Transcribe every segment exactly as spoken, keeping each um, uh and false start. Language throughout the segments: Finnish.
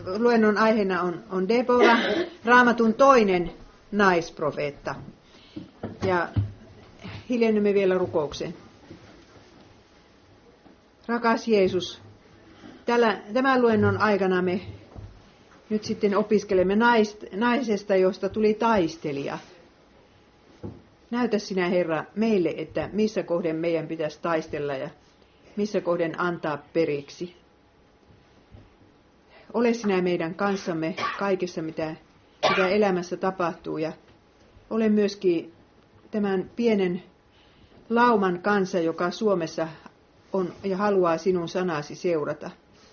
luennon aiheena on, on Debora, Raamatun toinen naisprofeetta. Ja hiljennymme vielä rukoukseen. Rakas Jeesus, tällä, tämän luennon aikana me nyt sitten opiskelemme naist, naisesta, josta tuli taistelija. Näytä sinä, Herra, meille, että missä kohden meidän pitäisi taistella ja missä kohden antaa periksi. Ole sinä meidän kanssamme kaikessa, mitä, mitä elämässä tapahtuu. Ja ole myöskin tämän pienen lauman kanssa, joka Suomessa on ja haluaa sinun sanasi seurata.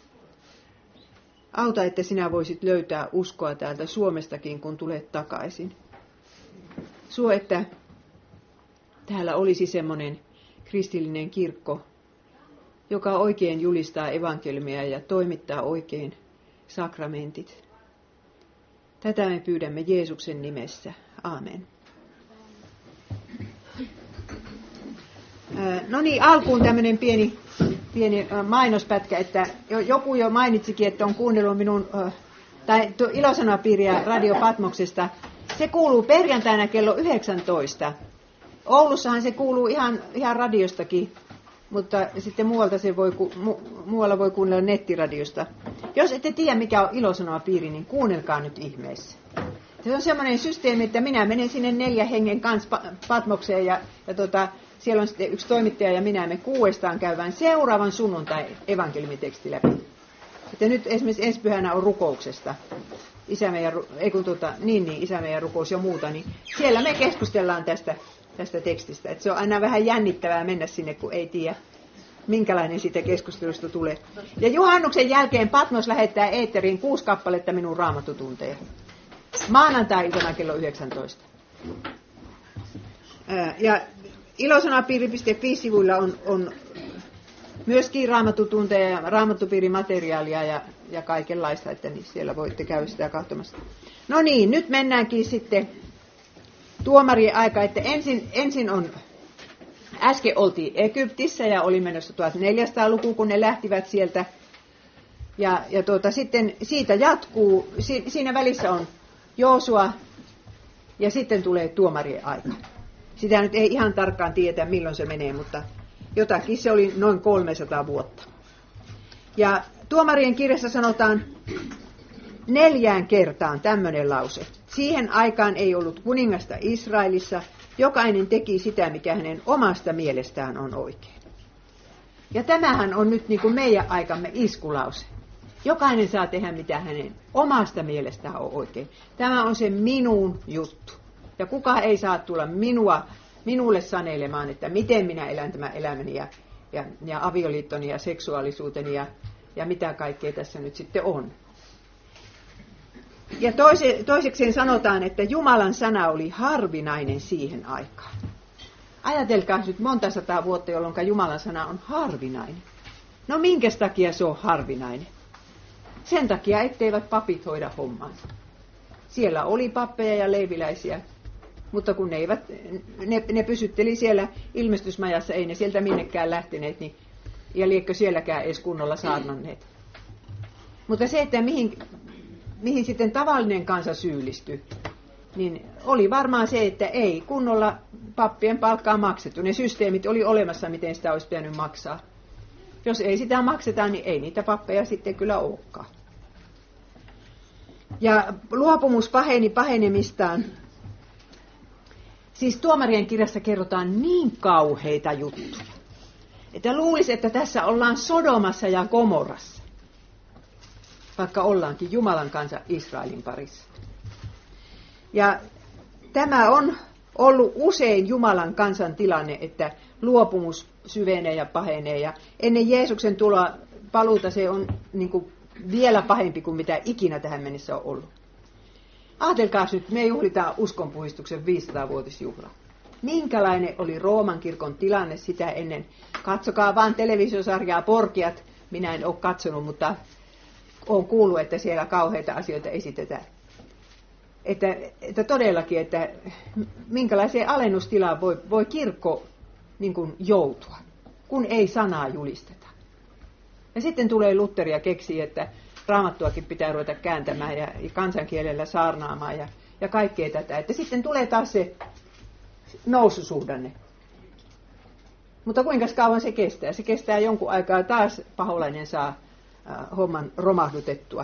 Auta, että sinä voisit löytää uskoa täältä Suomestakin, kun tulet takaisin. Suo, että täällä olisi semmoinen kristillinen kirkko, joka oikein julistaa evankeliumia ja toimittaa oikein sakramentit. Tätä me pyydämme Jeesuksen nimessä. Aamen. No niin, alkuun tämmöinen pieni, pieni mainospätkä, että joku jo mainitsikin, että on kuunnellut minun tai ilosanopiiriä Radio Patmoksesta. Se kuuluu perjantaina kello yhdeksäntoista. Oulussahan se kuuluu ihan, ihan radiostakin, mutta sitten muualta se voi, mu, muualla voi kuunnella nettiradiosta. Jos ette tiedä, mikä on ilosanopiiri, niin kuunnelkaa nyt ihmeessä. Se on semmoinen systeemi, että minä menen sinne neljän hengen kanssa Patmokseen ja, ja tota, siellä on sitten yksi toimittaja ja minä me kuudestaan käyvän seuraavan sunnuntai evankeliumiteksti läpi. Että nyt esimerkiksi ensi pyhänä on rukouksesta. Isä meidän, ei kun tuota, niin, niin, isä meidän rukous ja muuta, niin siellä me keskustellaan tästä, tästä tekstistä. Että se on aina vähän jännittävää mennä sinne, kun ei tiedä, minkälainen siitä keskustelusta tulee. Ja juhannuksen jälkeen Patmos lähettää eetteriin kuusi kappaletta minun raamattutunteja. Maanantai-iltana kello yhdeksäntoista. Ja ilosanopiiri piste fi-sivuilla on, on myöskin raamattutunteja ja raamattupiirimateriaalia ja, ja kaikenlaista, että niin siellä voitte käydä sitä katsomassa. No niin, nyt mennäänkin sitten tuomarien aika, että ensin, ensin on, äsken oltiin Egyptissä ja oli menossa tuhatneljäsataa luku, kun ne lähtivät sieltä. Ja, ja tuota, sitten siitä jatkuu, si, siinä välissä on Joosua ja sitten tulee tuomarien aika. Sitä nyt ei ihan tarkkaan tiedä, milloin se menee, mutta jotakin se oli noin kolmesataa vuotta. Ja tuomarien kirjassa sanotaan neljään kertaan tämmöinen lause. Siihen aikaan ei ollut kuningasta Israelissa, jokainen teki sitä, mikä hänen omasta mielestään on oikein. Ja tämähän on nyt niin kuin meidän aikamme iskulause. Jokainen saa tehdä, mitä hänen omasta mielestään on oikein. Tämä on se minun juttu. Ja kukaan ei saa tulla minua, minulle sanelemaan, että miten minä elän tämän elämäni ja, ja, ja avioliittoni ja seksuaalisuuteni ja, ja mitä kaikkea tässä nyt sitten on. Ja toise, toisekseen sanotaan, että Jumalan sana oli harvinainen siihen aikaan. Ajatelkaa nyt monta sataa vuotta, jolloin Jumalan sana on harvinainen. No minkäs takia se on harvinainen? Sen takia, etteivät papit hoida hommansa. Siellä oli pappeja ja leiviläisiä, mutta kun ne, eivät, ne, ne pysytteli siellä ilmestysmajassa, ei ne sieltä minnekään lähteneet, niin, ja liekö sielläkään edes kunnolla saarnanneet. Mutta se, että mihin, mihin sitten tavallinen kansa syyllistyi, niin oli varmaan se, että ei kunnolla pappien palkkaa maksettu. Ne systeemit oli olemassa, miten sitä olisi pitänyt maksaa. Jos ei sitä makseta, niin ei niitä pappeja sitten kyllä olekaan. Ja luopumus paheni pahenemistaan. Siis tuomarien kirjassa kerrotaan niin kauheita juttuja, että luulisi, että tässä ollaan Sodomassa ja Gomorrassa, vaikka ollaankin Jumalan kansa Israelin parissa. Ja tämä on ollut usein Jumalan kansan tilanne, että luopumus syvenee ja pahenee. Ja ennen Jeesuksen tuloa paluuta se on niin kuin vielä pahempi kuin mitä ikinä tähän mennessä on ollut. Ajatelkaa nyt, me juhlitaan uskonpuhdistuksen viisisataa-vuotisjuhla. Minkälainen oli Rooman kirkon tilanne sitä ennen? Katsokaa vaan televisiosarjaa Porkiat. Minä en ole katsonut, mutta olen kuullut, että siellä kauheita asioita esitetään. Että, että todellakin, että minkälaiseen alennustilaan voi, voi kirkko niin kuin joutua, kun ei sanaa julisteta. Ja sitten tulee Luther ja keksii, että raamattuakin pitää ruveta kääntämään ja kansankielellä saarnaamaan ja, ja kaikkea tätä. Että sitten tulee taas se noususuhdanne. Mutta kuinka kauan se kestää? Se kestää jonkun aikaa, taas paholainen saa äh, homman romahdutettua.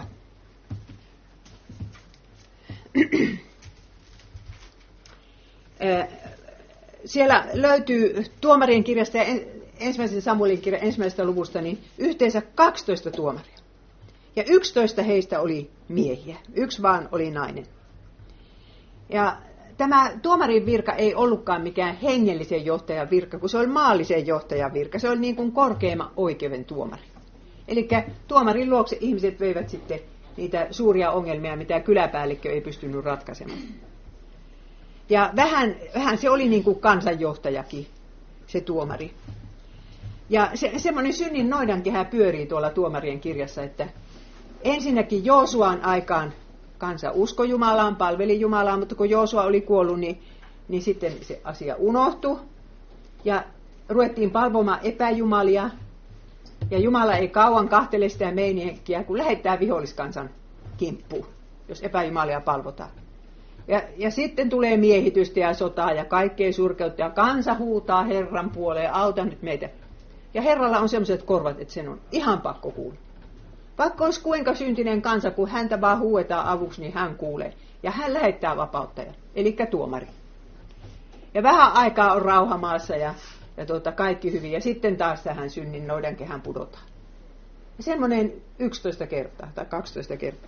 Siellä löytyy Tuomarien kirjasta ja ensimmäisen Samuelin kirjan ensimmäisestä luvusta niin yhteensä kaksitoista tuomaria. Ja yksitoista heistä oli miehiä, yksi vaan oli nainen. Ja tämä tuomarin virka ei ollutkaan mikään hengellisen johtajan virka, kun se oli maallisen johtajan virka. Se oli niin kuin korkeimman oikeuden tuomari. Eli tuomarin luokse ihmiset veivät sitten niitä suuria ongelmia, mitä kyläpäällikkö ei pystynyt ratkaisemaan. Ja vähän, vähän se oli niin kuin kansanjohtajakin, se tuomari. Ja se, semmoinen synnin noidankehä pyörii tuolla tuomarien kirjassa, että ensinnäkin Joosuan aikaan kansa uskoi Jumalaan, palveli Jumalaa, mutta kun Joosua oli kuollut, niin, niin sitten se asia unohtui. Ja ruvettiin palvomaan epäjumalia. Ja Jumala ei kauan kahtele sitä meiniekkiä, kun lähettää viholliskansan kimppuun, jos epäjumalia palvotaan. Ja, ja sitten tulee miehitystä ja sotaa ja kaikkea surkeutta ja kansa huutaa Herran puoleen, auta nyt meitä. Ja Herralla on sellaiset korvat, että sen on ihan pakko kuulla. Vaikka olisi kuinka syntinen kansa, kun häntä vaan huuetaan avuksi, niin hän kuulee. Ja hän lähettää vapauttajan, eli tuomari. Ja vähän aikaa on rauha maassa ja, ja tuota, kaikki hyvin. Ja sitten taas tähän synnin noidankehän pudotaan. Ja semmoinen yksitoista kertaa tai kaksitoista kertaa.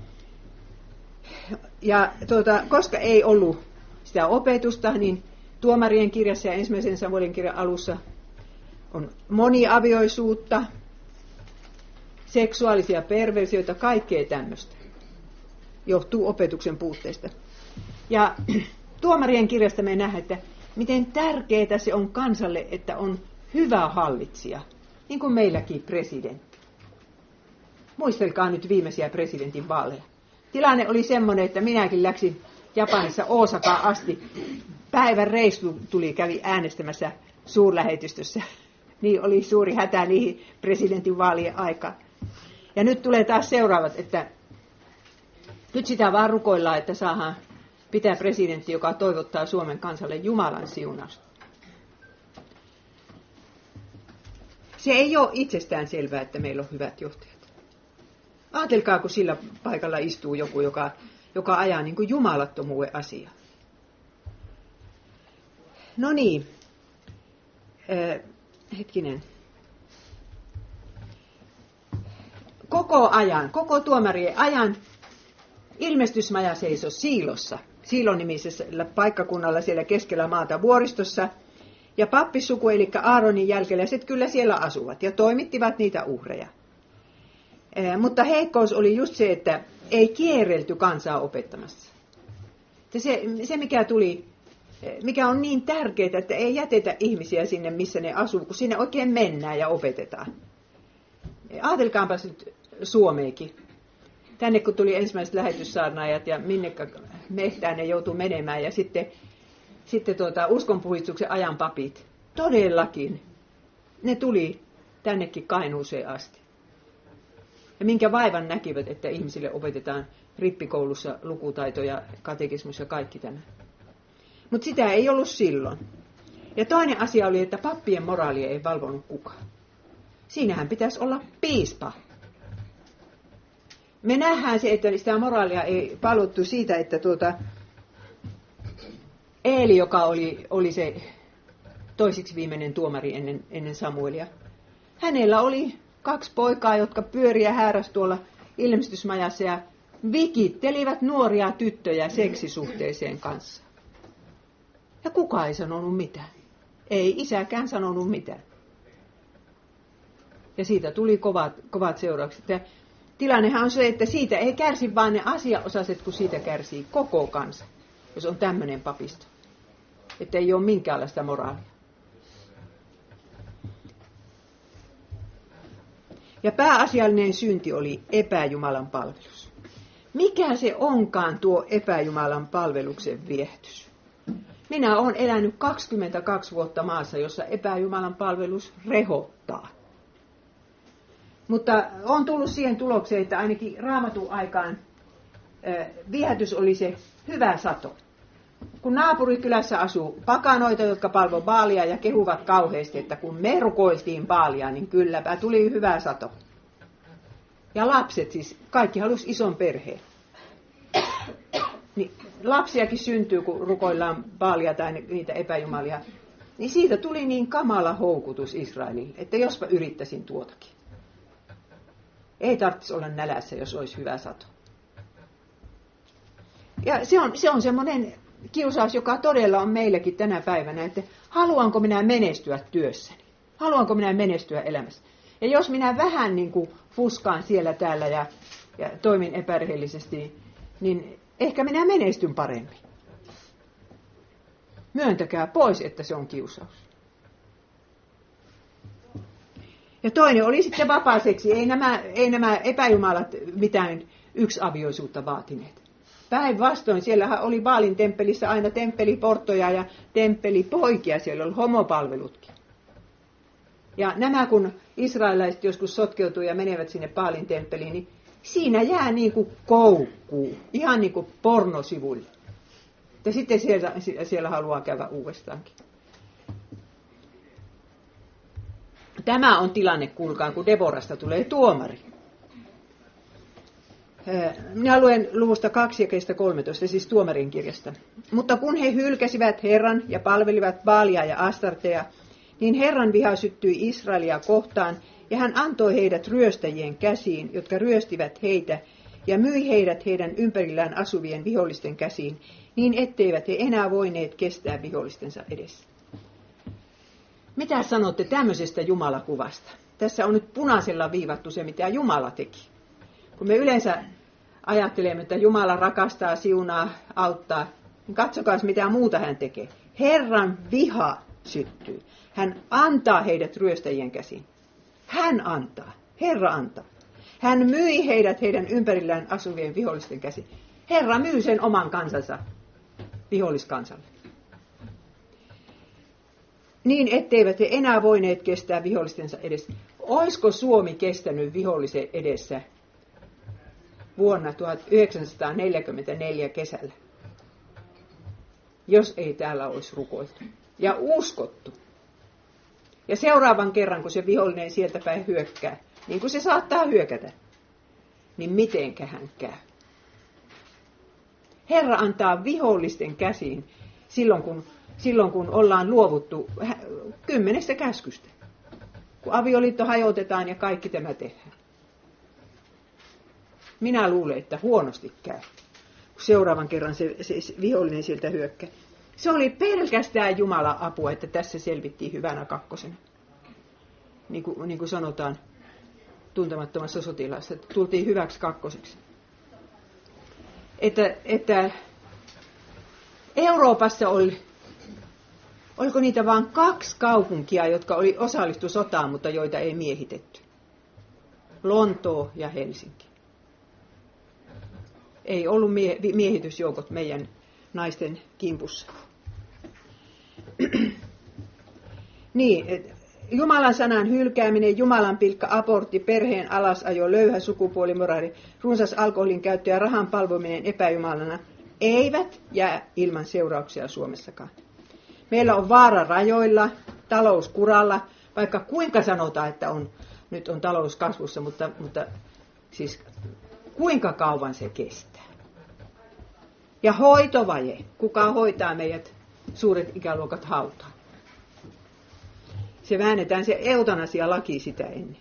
Ja tuota, koska ei ollut sitä opetusta, niin Tuomarien kirjassa ja ensimmäisen Samuelin kirjan alussa on moniavioisuutta, seksuaalisia perversioita, kaikkea tämmöistä. Johtuu opetuksen puutteesta. Ja Tuomarien kirjasta me nähdään, että miten tärkeää se on kansalle, että on hyvä hallitsija, niin kuin meilläkin presidentti. Muistelkaa nyt viimeisiä presidentin vaaleja. Tilanne oli semmoinen, että minäkin läksin Japanissa Osakaan asti. Päivän reissu tuli, kävi äänestämässä suurlähetystössä. Niin oli suuri hätä niihin presidentin vaalien aikaan. Ja nyt tulee taas seuraavat, että nyt sitä vaan rukoillaan, että saadaan pitää presidentti, joka toivottaa Suomen kansalle Jumalan siunausta. Se ei ole itsestään selvää, että meillä on hyvät johtajat. Ajatelkaa, kun sillä paikalla istuu joku, joka, joka ajaa niin kuin jumalattomuuden asiaa. No niin. Äh, hetkinen. Koko ajan, koko tuomarien ajan ilmestysmaja seisoi Siilossa, Siilon nimisellä paikkakunnalla siellä keskellä maata vuoristossa. Ja pappisuku, eli Aaronin jälkeläiset, kyllä siellä asuvat ja toimittivat niitä uhreja. Eh, mutta heikkous oli just se, että ei kierrelty kansaa opettamassa. Se, se mikä tuli, mikä on niin tärkeää, että ei jätetä ihmisiä sinne, missä ne asuu, kun sinne oikein mennään ja opetetaan. Ajatelkaanpas nyt Suomeekin. Tänne kun tuli ensimmäiset lähetyssaarnaajat ja minne mehtään ne joutui menemään ja sitten, sitten tuota, uskonpuhdistuksen ajan papit. Todellakin ne tuli tännekin Kainuuseen asti. Ja minkä vaivan näkivät, että ihmisille opetetaan rippikoulussa lukutaito ja katekismus ja kaikki tämä. Mutta sitä ei ollut silloin. Ja toinen asia oli, että pappien moraalia ei valvonut kukaan. Siinähän pitäisi olla piispa. Me nähdään se, että sitä moraalia ei valvottu siitä, että tuota Eeli, joka oli, oli se toisiksi viimeinen tuomari ennen, ennen Samuelia, hänellä oli kaksi poikaa, jotka pyöri ja hääräs tuolla ilmestysmajassa ja vikittelivät nuoria tyttöjä seksisuhteeseen kanssa. Ja kukaan ei sanonut mitään. Ei isäkään sanonut mitään. Ja siitä tuli kovat, kovat seuraukset. Ja tilannehan on se, että siitä ei kärsi vain ne asiaosaiset, kun siitä kärsii koko kansa, jos on tämmöinen papisto. Että ei ole minkäänlaista moraalia. Ja pääasiallinen synti oli epäjumalan palvelus. Mikä se onkaan tuo epäjumalan palveluksen viehätys? Minä olen elänyt kaksikymmentäkaksi vuotta maassa, jossa epäjumalan palvelus rehottaa. Mutta on tullut siihen tulokseen, että ainakin Raamatun aikaan viehätys oli se hyvä sato. Kun naapurikylässä asuu pakanoita, jotka palvoi Baalia ja kehuvat kauheasti, että kun me rukoiltiin Baalia, niin kylläpä tuli hyvä sato. Ja lapset siis, kaikki halusi ison perheen. Niin, lapsiakin syntyy, kun rukoillaan Baalia tai niitä epäjumalia. Niin siitä tuli niin kamala houkutus Israelille, että jospa yrittäisin tuotakin. Ei tarvitsisi olla nälässä, jos olisi hyvä sato. Ja se on, se on semmoinen kiusaus, joka todella on meilläkin tänä päivänä, että haluanko minä menestyä työssäni? Haluanko minä menestyä elämässä? Ja jos minä vähän niin kuin fuskaan siellä täällä ja, ja toimin epärehellisesti, niin ehkä minä menestyn paremmin. Myöntäkää pois, että se on kiusaus. Ja toinen oli sitten vapaaseksi. Ei nämä, ei nämä epäjumalat mitään yksiavioisuutta vaatineet. Päinvastoin, siellähän oli Baalin temppelissä aina temppeliporttoja ja temppelipoikia, siellä oli homopalvelutkin. Ja nämä kun israelilaiset joskus sotkeutuu ja menevät sinne Baalin temppeliin, niin siinä jää niin kuin koukkuu, ihan niin kuin pornosivuille. Ja sitten siellä, siellä haluaa käydä uudestaankin. Tämä on tilanne, kuulkaa, kun Deborasta tulee tuomari. Minä luen luvusta kaksi ja kolmetoista, siis tuomarin kirjasta. Mutta kun he hylkäsivät Herran ja palvelivat Baalia ja Astartea, niin Herran viha syttyi Israelia kohtaan, ja hän antoi heidät ryöstäjien käsiin, jotka ryöstivät heitä, ja myi heidät heidän ympärillään asuvien vihollisten käsiin, niin etteivät he enää voineet kestää vihollistensa edessä. Mitä sanotte tämmöisestä Jumalakuvasta? Tässä on nyt punaisella viivattu se, mitä Jumala teki. Kun me yleensä ajattelemme, että Jumala rakastaa, siunaa, auttaa, niin katsokaa, mitä muuta hän tekee. Herran viha syttyy. Hän antaa heidät ryöstäjien käsiin. Hän antaa. Herra antaa. Hän myi heidät heidän ympärillään asuvien vihollisten käsiin. Herra myy sen oman kansansa viholliskansalle. Niin etteivät he enää voineet kestää vihollistensa edessä. Oisko Suomi kestänyt vihollisen edessä vuonna tuhatyhdeksänsataaneljäkymmentäneljä kesällä, jos ei täällä olisi rukoiltu ja uskottu? Ja seuraavan kerran, kun se vihollinen sieltä päin hyökkää, niin kuin se saattaa hyökätä, niin mitenkähän käy? Herra antaa vihollisten käsiin silloin, kun, silloin, kun ollaan luovuttu kymmenestä käskystä. Kun avioliitto hajotetaan ja kaikki tämä tehdään. Minä luulen, että huonosti käy, kun seuraavan kerran se, se, se vihollinen sieltä hyökkää. Se oli pelkästään Jumalan apua, että tässä selvittiin hyvänä kakkosena. Niin kuin, niin kuin sanotaan tuntemattomassa sotilaassa, että tultiin hyväksi kakkoseksi. Että, että Euroopassa oli, oliko niitä vain kaksi kaupunkia, jotka oli osallistu sotaan, mutta joita ei miehitetty. Lontoo ja Helsinki. Ei ollut mie- miehitysjoukot meidän naisten kimpussa. Niin, Jumalan sanan hylkääminen, Jumalan pilkka, abortti, perheen alasajo, löyhä sukupuolimoraali, runsas alkoholin käyttö ja rahan palvominen epäjumalana eivät jää ilman seurauksia Suomessakaan. Meillä on vaara rajoilla, talous kuralla, vaikka kuinka sanotaan, että on, nyt on talous kasvussa, mutta, mutta siis kuinka kauan se kestää. Ja hoitovaje, kuka hoitaa meidät suuret ikäluokat hautaan. Se väännetään se eutanasia-laki sitä ennen.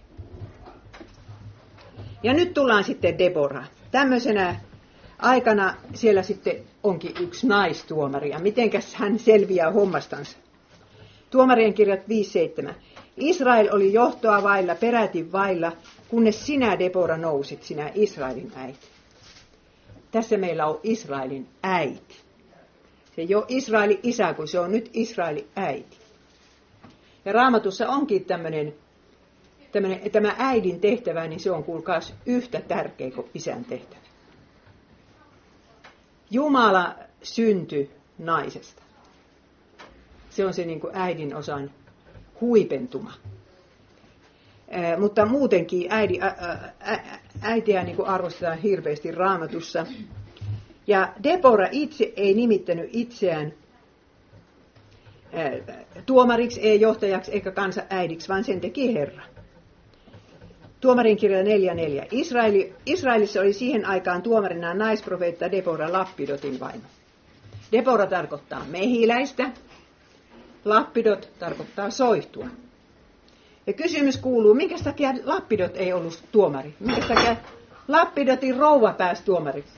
Ja nyt tullaan sitten Deborah. Tämmöisenä aikana siellä sitten onkin yksi naistuomari. Ja mitenkäs hän selviää hommastansa? Tuomarien kirjat viisi seitsemän. Israel oli johtoa vailla, peräti vailla, kunnes sinä, Deborah, nousit, sinä Israelin äiti. Tässä meillä on Israelin äiti. Se ei ole Israelin isä, kun se on nyt Israelin äiti. Ja Raamatussa onkin tämmöinen, tämmöinen, tämä äidin tehtävä, niin se on kuulkaas yhtä tärkeä kuin isän tehtävä. Jumala syntyi naisesta. Se on se niin kuin äidin osan huipentuma. mutta muutenkin äidi, ä, ä, äitiä niin kuin arvostetaan hirveästi Raamatussa. Ja Debora itse ei nimittänyt itseään ä, tuomariksi, ei johtajaksi eikä kansan äidiksi, vaan sen teki Herra. Tuomarin kirja neljä neljä. Israeli, Israelissa oli siihen aikaan tuomarina naisprofeetta Debora Lappidotin vaimo. Debora tarkoittaa mehiläistä, Lappidot tarkoittaa soihtua. Ja kysymys kuuluu, minkä takia Lappidot ei ollut tuomari? Minkä takia Lappidotin rouva pääsi tuomariksi?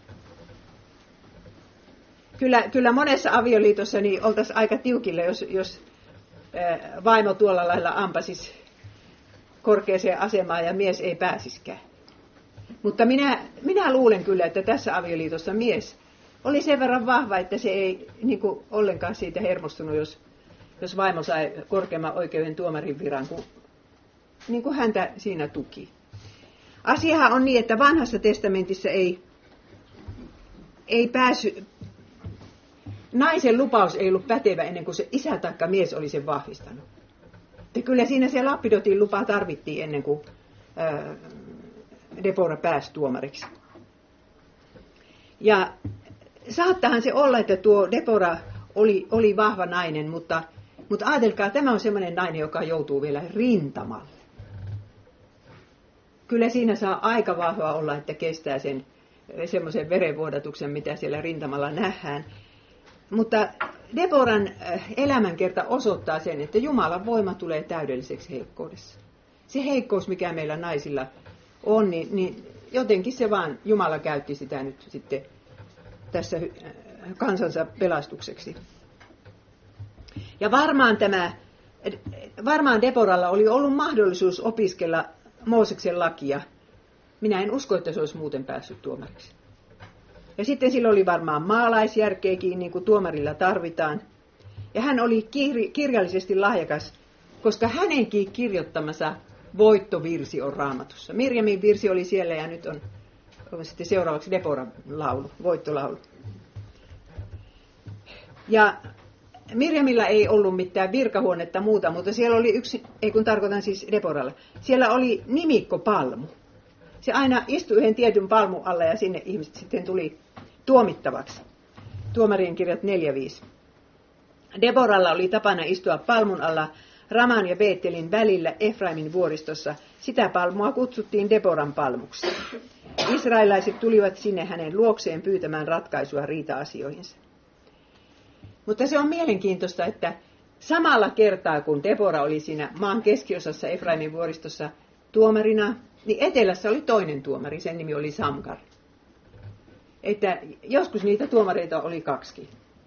Kyllä, kyllä monessa avioliitossa niin oltaisiin aika tiukille, jos, jos vaimo tuolla lailla ampasisi korkeaseen asemaan ja mies ei pääsiskään. Mutta minä, minä luulen kyllä, että tässä avioliitossa mies oli sen verran vahva, että se ei niin kuin ollenkaan siitä hermostunut, jos, jos vaimo sai korkeamman oikeuden tuomarin viran, kun, niin kuin häntä siinä tuki. Asiahan on niin, että vanhassa testamentissa ei, ei pääsy, naisen lupaus ei ollut pätevä ennen kuin se isä taikka mies oli sen vahvistanut. Että kyllä siinä se Lappidotin lupa tarvittiin ennen kuin ää, Debora pääsi tuomariksi. Ja saattahan se olla, että tuo Debora oli, oli vahva nainen, mutta, mutta ajatelkaa, tämä on semmoinen nainen, joka joutuu vielä rintamalle. Kyllä siinä saa aika vahva olla, että kestää sen semmoisen verenvuodatuksen, mitä siellä rintamalla nähdään. Mutta Deboran elämänkerta osoittaa sen, että Jumalan voima tulee täydelliseksi heikkoudessa. Se heikkous, mikä meillä naisilla on, niin, niin jotenkin se vaan, Jumala käytti sitä nyt sitten tässä kansansa pelastukseksi. Ja varmaan tämä, varmaan Deboralla oli ollut mahdollisuus opiskella Mooseksen lakia. Minä en usko, että se olisi muuten päässyt tuomariksi. Ja sitten sillä oli varmaan maalaisjärkeäkin, niin kuin tuomarilla tarvitaan. Ja hän oli kirjallisesti lahjakas, koska hänenkin kirjoittamansa voittovirsi on Raamatussa. Mirjamin virsi oli siellä ja nyt on, on sitten seuraavaksi Deboran laulu, voittolaulu. Ja Mirjamilla ei ollut mitään virkahuonetta muuta, mutta siellä oli yksi, ei kun tarkoitan siis Deboralla, siellä oli nimikkopalmu. Se aina istui yhden tietyn palmun alla ja sinne ihmiset sitten tuli tuomittavaksi. Tuomarien kirjat neljä viisi. Deboralla oli tapana istua palmun alla Raman ja Beetelin välillä Efraimin vuoristossa. Sitä palmua kutsuttiin Deboran palmuksi. Israelaiset tulivat sinne hänen luokseen pyytämään ratkaisua riita-asioihinsa. Mutta se on mielenkiintoista, että samalla kertaa kun Debora oli siinä maan keskiosassa Efraimin vuoristossa tuomarina, niin etelässä oli toinen tuomari, sen nimi oli Samgar. Että joskus niitä tuomareita oli kaksikin.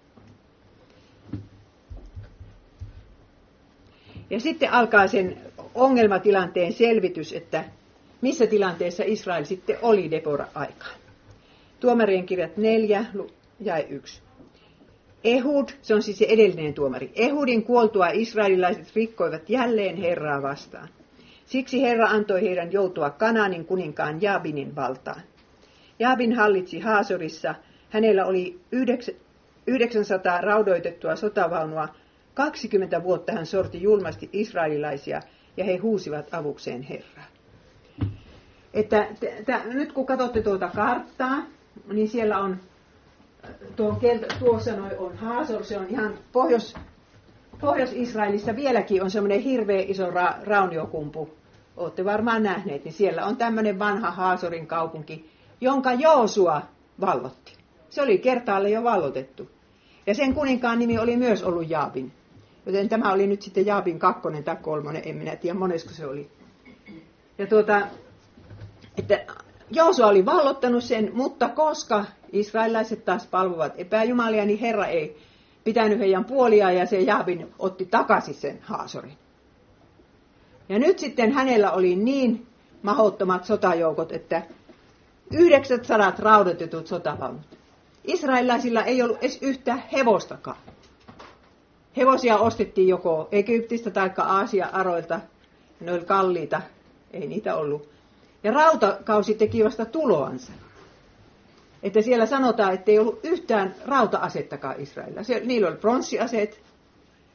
Ja sitten alkaa sen ongelmatilanteen selvitys, että missä tilanteessa Israel sitten oli Debora aikaan. Tuomarien kirjat neljä ja yksi. Ehud, se on siis se edellinen tuomari. Ehudin kuoltua israelilaiset rikkoivat jälleen Herraa vastaan. Siksi Herra antoi heidän joutua Kanaanin kuninkaan Jaabinin valtaan. Jaabin hallitsi Haasorissa. Hänellä oli yhdeksänsataa raudoitettua sotavaunua. kaksikymmentä vuotta hän sorti julmasti israelilaisia ja he huusivat avukseen Herraa. Että t- t- nyt kun katsotte tuota karttaa, niin siellä on, tuo, tuossa noi on Haasor, se on ihan pohjois, Pohjois-Israelissa vieläkin on semmoinen hirveä iso ra- rauniokumpu. Olette varmaan nähneet, niin siellä on tämmöinen vanha Haasorin kaupunki, jonka Joosua vallotti. Se oli kertaalle jo vallotettu. Ja sen kuninkaan nimi oli myös ollut Jaabin. Joten tämä oli nyt sitten Jaabin kakkonen tai kolmonen, en minä tiedä monesko se oli. Ja tuota, että Joosua oli vallottanut sen, mutta koska israelilaiset taas palvovat epäjumalia, niin Herra ei pitänyt heidän puoliaan ja se Jaabin otti takaisin sen Haasorin. Ja nyt sitten hänellä oli niin mahdottomat sotajoukot, että yhdeksänsataa raudoitetut sotavaunut. Israelilaisilla ei ollut edes yhtä hevostakaan. Hevosia ostettiin joko Egyptistä tai Aasia-aroilta. Ne oli kalliita, ei niitä ollut. Ja rautakausi teki vasta tuloansa. Että siellä sanotaan, että ei ollut yhtään rauta-asettakaan Israelilla. Se, niillä oli pronssiaseet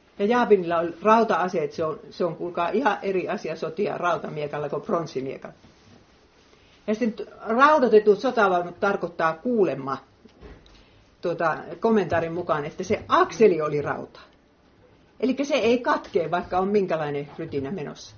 Ja Jaabinilla oli rauta-aseet, se on, se on kuulkaa ihan eri asia sotia rautamiekalla kuin pronssimiekalla. Ja sitten raudotetut sotavaunut tarkoittaa kuulemma tuota, kommentaarin mukaan, että se akseli oli rauta. Eli se ei katkee, vaikka on minkälainen rytinä menossa.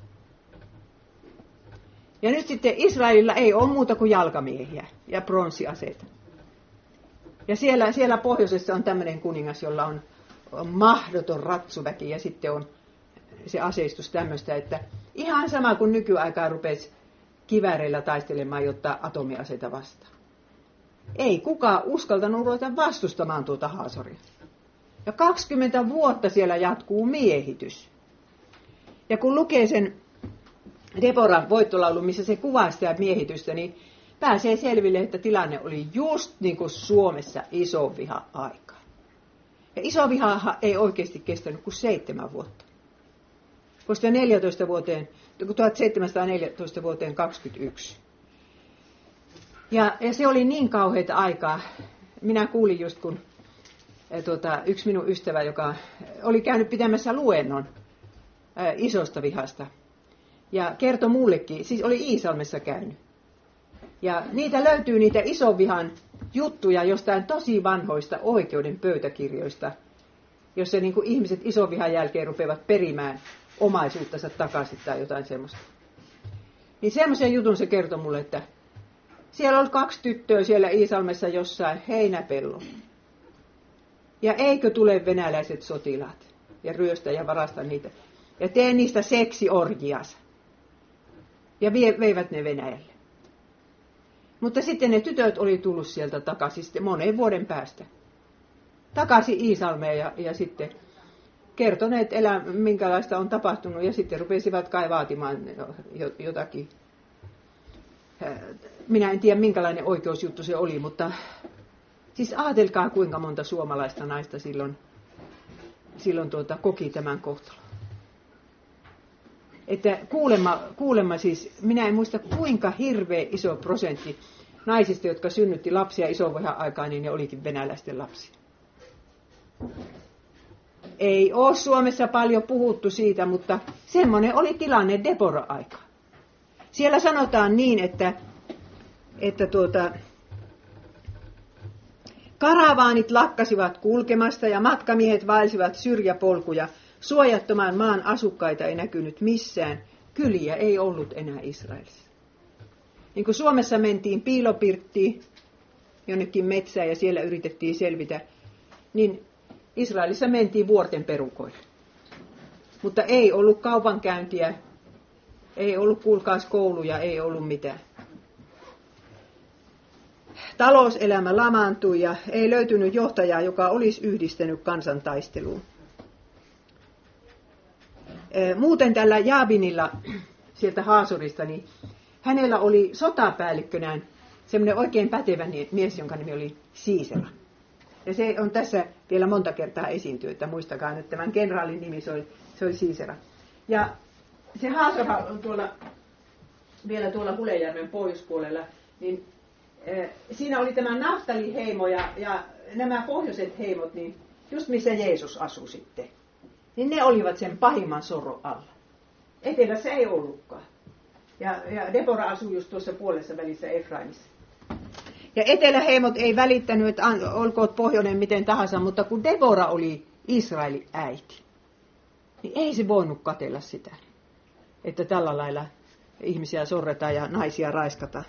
Ja nyt sitten Israelilla ei ole muuta kuin jalkamiehiä ja pronssiaseita. Ja siellä, siellä pohjoisessa on tämmöinen kuningas, jolla on, on mahdoton ratsuväki ja sitten on se aseistus tämmöistä, että ihan sama kuin nykyaikaa rupesi kivääreillä taistelemaan, jotta atomiaseita vastaan. Ei kukaan uskaltanut ruveta vastustamaan tuota Haasoria. Ja kaksikymmentä vuotta siellä jatkuu miehitys. Ja kun lukee sen Deboran voittolaulun, missä se kuvaa sitä miehitystä, niin pääsee selville, että tilanne oli just niin kuin Suomessa isoviha-aika. Ja isoviha ei oikeasti kestänyt kuin seitsemän vuotta. Koska neljätoista vuoteen, tuhatseitsemänsataaneljätoista vuoteen kaksikymmentäyksi. Ja, ja se oli niin kauheita aikaa. Minä kuulin just, kun tuota, yksi minun ystävä, joka oli käynyt pitämässä luennon ää, isosta vihasta. Ja kertoi mullekin, siis oli Iisalmessa käynyt. Ja niitä löytyy niitä isovihan juttuja jostain tosi vanhoista oikeuden pöytäkirjoista, jossa niin kuin ihmiset isovihan jälkeen rupeavat perimään omaisuuttansa takaisin tai jotain semmoista. Niin semmoisen jutun se kertoi mulle, että siellä oli kaksi tyttöä siellä Iisalmessa jossain heinäpellolla. Ja eikö tule venäläiset sotilaat ja ryöstä ja varasta niitä ja tee niistä seksiorgiansa. Ja vie, veivät ne Venäjälle. Mutta sitten ne tytöt oli tullut sieltä takaisin sitten monen vuoden päästä. Takaisin Iisalmeen ja, ja sitten kertoneet, elä, minkälaista on tapahtunut. Ja sitten rupesivat kai vaatimaan jotakin. Minä en tiedä, minkälainen oikeusjuttu se oli, mutta siis ajatelkaa, kuinka monta suomalaista naista silloin, silloin tuota, koki tämän kohtalon. Että kuulemma, kuulemma siis, minä en muista kuinka hirveä iso prosentti naisista, jotka synnytti lapsia isovihan aikaan, niin ne olikin venäläisten lapsia. Ei ole Suomessa paljon puhuttu siitä, mutta semmoinen oli tilanne Debora-aikaan. Siellä sanotaan niin, että, että tuota, karavaanit lakkasivat kulkemasta ja matkamiehet vaelsivat syrjäpolkuja. Suojattoman maan asukkaita ei näkynyt missään. Kyliä ei ollut enää Israelissa. Niin kuin Suomessa mentiin piilopirttiin jonnekin metsään ja siellä yritettiin selvitä, niin Israelissa mentiin vuorten perukoille. Mutta ei ollut kaupankäyntiä, ei ollut kuulkaas kouluja, ei ollut mitään. Talouselämä lamaantui ja ei löytynyt johtajaa, joka olisi yhdistänyt kansan taisteluun. Muuten tällä Jaabinilla sieltä Haasorista, niin hänellä oli sotapäällikkönään semmoinen oikein pätevä mies, jonka nimi oli Siisera. Ja se on tässä vielä monta kertaa esiintyy, että muistakaa, että tämän kenraalin nimi se oli, se oli Siisera. Ja se Haasora on tuolla, vielä tuolla Hulejärven pohjoispuolella, niin äh, siinä oli tämä Naftalin heimo ja, ja nämä pohjoiset heimot, niin just missä Jeesus asui sitten. Niin ne olivat sen pahimman sorron alla. Etelässä ei ollutkaan. Ja, ja Debora asui just tuossa puolessa välissä Efraimissa. Ja eteläheimot ei välittänyt, että olkoot pohjoinen miten tahansa, mutta kun Debora oli Israelin äiti, niin ei se voinut katsella sitä, että tällä lailla ihmisiä sorretaan ja naisia raiskataan.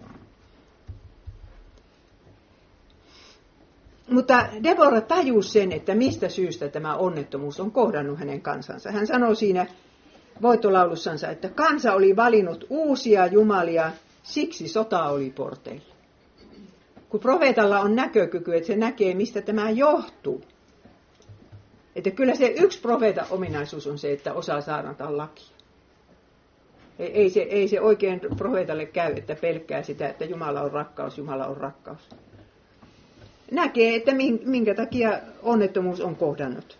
Mutta Debora tajusi sen, että mistä syystä tämä onnettomuus on kohdannut hänen kansansa. Hän sanoi siinä voittolaulussansa, että kansa oli valinnut uusia jumalia, siksi sota oli porteilla. Kun profeetalla on näkökyky, että se näkee, mistä tämä johtuu. Että kyllä se yksi profeetan ominaisuus on se, että osaa saarnata lakia. Ei se, ei se oikein profeetalle käy, että pelkää sitä, että Jumala on rakkaus, Jumala on rakkaus. Näkee, että minkä takia onnettomuus on kohdannut.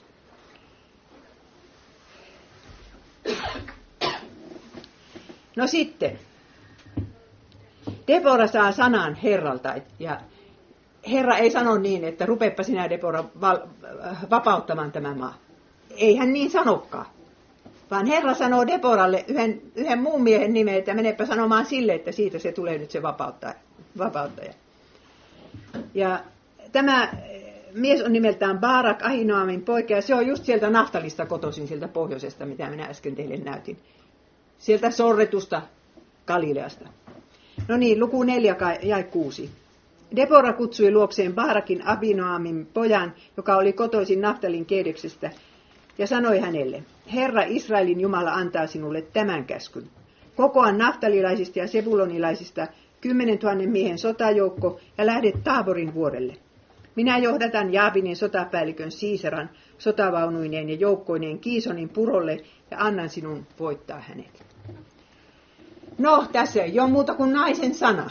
No sitten, Debora saa sanan Herralta, ja Herra ei sano niin, että rupeepa sinä Debora vapauttamaan tämä maa. ei hän niin sanokaan. Vaan Herra sanoo Deboralle yhden, yhden muun miehen nimen, että menepä sanomaan sille, että siitä se tulee nyt se vapauttaja. vapauttaja. Ja tämä mies on nimeltään Baarak, Ahinoamin poika, ja se on just sieltä Naftalista kotoisin, sieltä pohjoisesta, mitä minä äsken teille näytin. Sieltä sorretusta Galileasta. No niin, luku neljä ja kuusi. Debora kutsui luokseen Baarakin Ahinoamin pojan, joka oli kotoisin Naftalin Keedeksestä, ja sanoi hänelle, Herra Israelin Jumala antaa sinulle tämän käskyn. Kokoa naftalilaisista ja sebulonilaisista kymmenen tuhannen miehen sotajoukko ja lähdet Taaborin vuorelle. Minä johdatan Jaabinin sotapäällikön Siiseran sotavaunuineen ja joukkoineen Kiisonin purolle ja annan sinun voittaa hänet. No, tässä ei ole muuta kuin naisen sana.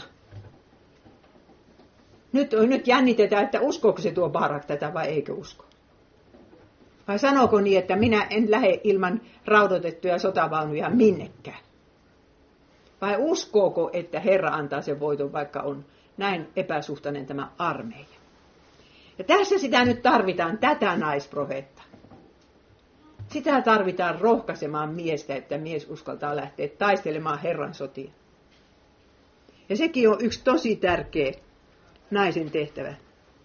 Nyt, nyt jännitetään, että uskooko se tuo Baarak tätä vai eikö usko. Vai sanooko niin, että minä en lähde ilman raudoitettuja sotavaunuja minnekään? Vai uskooko, että Herra antaa sen voiton, vaikka on näin epäsuhtainen tämä armeija? Ja tässä sitä nyt tarvitaan, tätä naisprofeettaa. Sitä tarvitaan rohkaisemaan miestä, että mies uskaltaa lähteä taistelemaan Herran sotia. Ja sekin on yksi tosi tärkeä naisen tehtävä.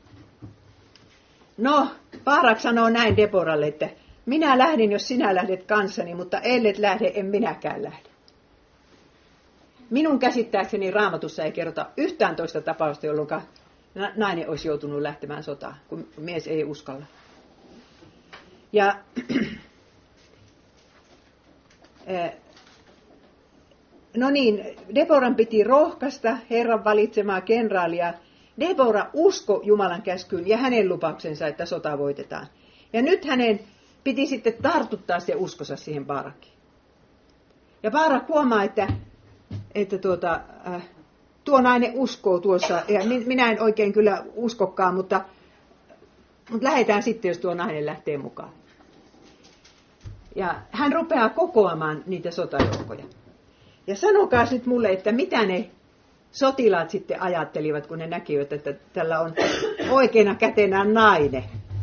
No, Baarak sanoo näin Deboralle, että minä lähdin, jos sinä lähdet kanssani, mutta ellet lähde, en minäkään lähde. Minun käsittääkseni Raamatussa ei kerrota yhtään toista tapausta, jolloin nainen olisi joutunut lähtemään sotaan, kun mies ei uskalla. Ja no niin, Deboran piti rohkaista Herran valitsemaa kenraalia. Debora usko Jumalan käskyyn ja hänen lupauksensa, että sota voitetaan. Ja nyt hänen piti sitten tartuttaa se uskonsa siihen Baarakiin. Ja Baarak huomaa, että, että tuota, äh, tuo nainen uskoo tuossa, ja minä en oikein kyllä uskokaan, mutta, mutta lähdetään sitten, jos tuo nainen lähtee mukaan. Ja hän rupeaa kokoamaan niitä sotajoukkoja. Ja sanokaa nyt mulle, että mitä ne sotilaat sitten ajattelivat, kun ne näkivät, että tällä on oikeana kätenä nainen.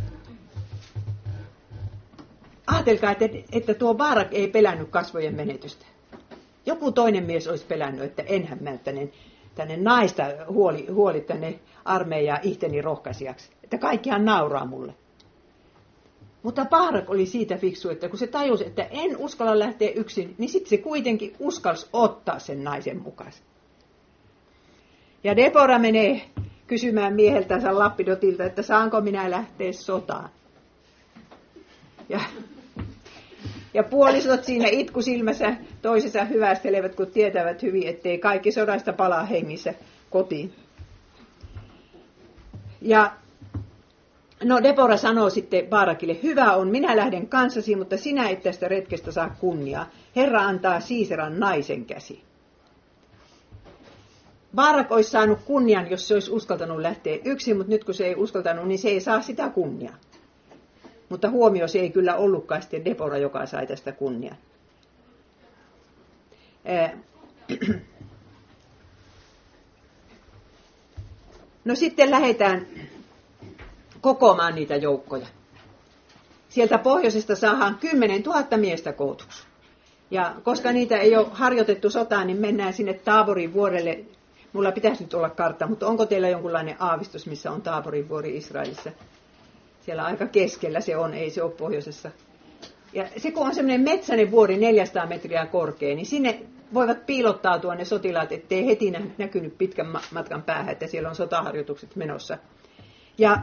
Ajatelkaa, että, että tuo Baarak ei pelännyt kasvojen menetystä. Joku toinen mies olisi pelännyt, että enhän mä tänne, tänne naista huoli, huoli tänne armeijaa ihteni rohkaisijaksi. Että kaikkihan nauraa mulle. Mutta Baarak oli siitä fiksu, että kun se tajusi, että en uskalla lähteä yksin, niin sitten se kuitenkin uskalsi ottaa sen naisen mukaan. Ja Debora menee kysymään mieheltänsä Lappidotilta, että saanko minä lähteä sotaan. Ja, ja puolisot siinä itkusilmässä toisensa hyvästelevät, kun tietävät hyvin, ettei kaikki sodasta palaa hengissä kotiin. Ja no Debora sanoo sitten Baarakille, hyvä on, minä lähden kanssasi, mutta sinä et tästä retkestä saa kunniaa. Herra antaa Siiseran naisen käsi. Baarak olisi saanut kunnian, jos se olisi uskaltanut lähteä yksin, mutta nyt kun se ei uskaltanut, niin se ei saa sitä kunniaa. Mutta huomio, se ei kyllä ollutkaan sitten Debora, joka sai tästä kunnian. No sitten lähdetään kokoamaan niitä joukkoja. Sieltä pohjoisesta saadaan kymmenen tuhatta miestä kootuksi. Ja koska niitä ei ole harjoitettu sotaan, niin mennään sinne Taaborin vuorelle. Mulla pitäisi nyt olla kartta, mutta onko teillä jonkunlainen aavistus, missä on Taaborin vuori Israelissa? Siellä aika keskellä se on, ei se ole pohjoisessa. Ja se kun on semmoinen metsäinen vuori neljäsataa metriä korkea, niin sinne voivat piilottautua ne sotilaat, ettei heti näkynyt pitkän matkan päähän, että siellä on sotaharjoitukset menossa. Ja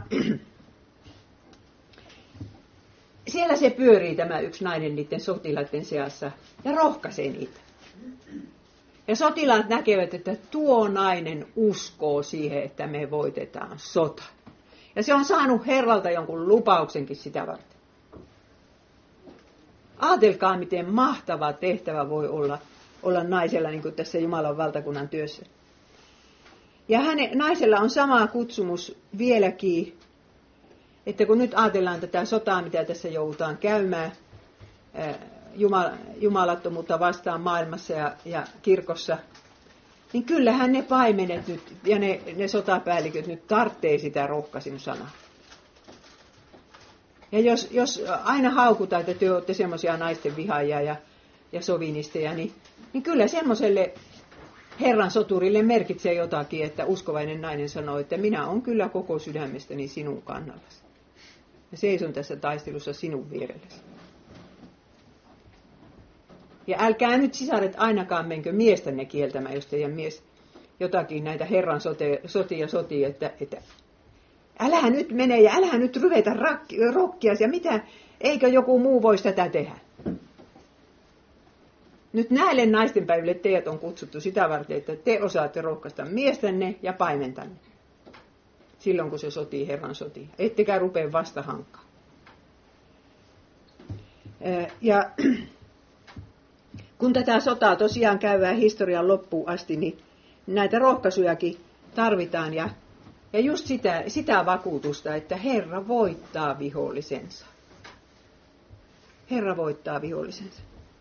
siellä se pyörii tämä yksi nainen niiden sotilaiden seassa ja rohkaisee niitä. Ja sotilaat näkevät, että tuo nainen uskoo siihen, että me voitetaan sota. Ja se on saanut Herralta jonkun lupauksenkin sitä varten. Aatelkaa, miten mahtava tehtävä voi olla, olla naisella niin kuin tässä Jumalan valtakunnan työssä. Ja hänen, naisella on sama kutsumus vieläkin, että kun nyt ajatellaan tätä sotaa, mitä tässä joudutaan käymään, Jumal, jumalattomuutta vastaan maailmassa ja, ja kirkossa, niin kyllähän ne paimenet nyt ja ne, ne sotapäälliköt nyt tarvitsee sitä rohkaisun sanaa. Ja jos, jos aina haukutaan, että te olette semmoisia naisten vihaajia ja, ja sovinisteja, niin, niin kyllä semmoiselle Herran soturille merkitsee jotakin, että uskovainen nainen sanoo, että minä olen kyllä koko sydämestäni sinun kannallasi. Ja seison tässä taistelussa sinun vierellesi. Ja älkää nyt sisaret ainakaan menkö miestänne kieltämään, jos teidän mies jotakin näitä Herran sote, sotia sotii, että, että älä nyt mene ja älä nyt ryvetä rakki, rokkias ja mitä, eikö joku muu voisi tätä tehdä. Nyt näille naistenpäiville teidät on kutsuttu sitä varten, että te osaatte rohkaista miestänne ja paimentanne. Silloin kun se sotii Herran sotia. Ettekä rupea vastahankkaan. Ja kun tätä sotaa tosiaan käydään historian loppuun asti, niin näitä rohkaisujakin tarvitaan. Ja, ja just sitä, sitä vakuutusta, että Herra voittaa vihollisensa. Herra voittaa vihollisensa.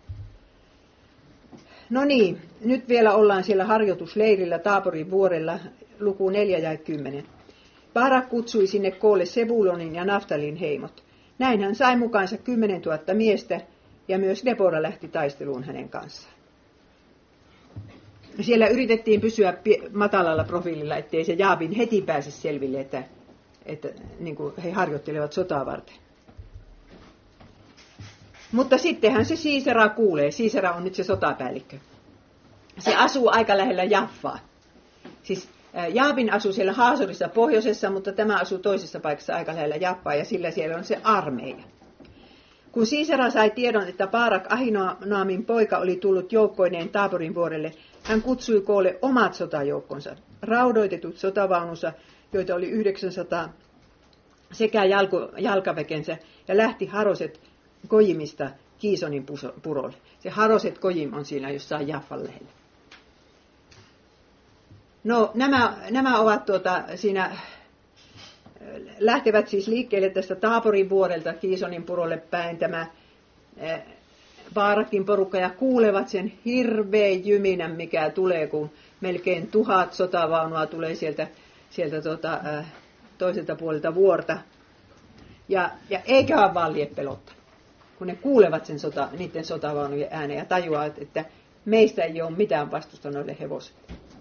No niin, nyt vielä ollaan siellä harjoitusleirillä Taaborin vuorella, luku neljä ja kymmenen. Barak kutsui sinne koolle Sebulonin ja Naftalin heimot. Näin hän sai mukaansa kymmenen tuhatta miestä, ja myös Debora lähti taisteluun hänen kanssaan. Siellä yritettiin pysyä matalalla profiililla, ettei se Jaabin heti pääse selville, että, että niin kuin he harjoittelevat sotaa varten. Mutta sittenhän se Siisera kuulee. Siisera on nyt se sotapäällikkö. Se asuu aika lähellä Jaffaa. Siis Jaabin asuu siellä Haasorissa pohjoisessa, mutta tämä asuu toisessa paikassa aika lähellä Jaffaa, ja sillä siellä on se armeija. Kun Siisera sai tiedon, että Barak Ahinaamin poika oli tullut joukkoineen Taaborin vuorelle, hän kutsui koolle omat sotajoukkonsa, raudoitetut sotavaununsa, joita oli yhdeksänsataa, sekä jalko, jalkavekensä, ja lähti Haroset Kojimista Kiisonin purolle. Se Haroset Kojim on siinä jossain Jaffan lähellä. No, nämä, nämä ovat tuota, siinä, lähtevät siis liikkeelle tästä Taaborin vuorelta Kiisonin purolle päin tämä Baarakin porukka ja kuulevat sen hirveän jyminän, mikä tulee, kun melkein tuhat sotavaunua tulee sieltä, sieltä tuota, toiselta puolelta vuorta. Ja, ja eiköhän vaan lie pelottanut, kun ne kuulevat sen sota, niiden sotavaunujen äänen ja tajuavat, että meistä ei ole mitään vastusta noille hevosille.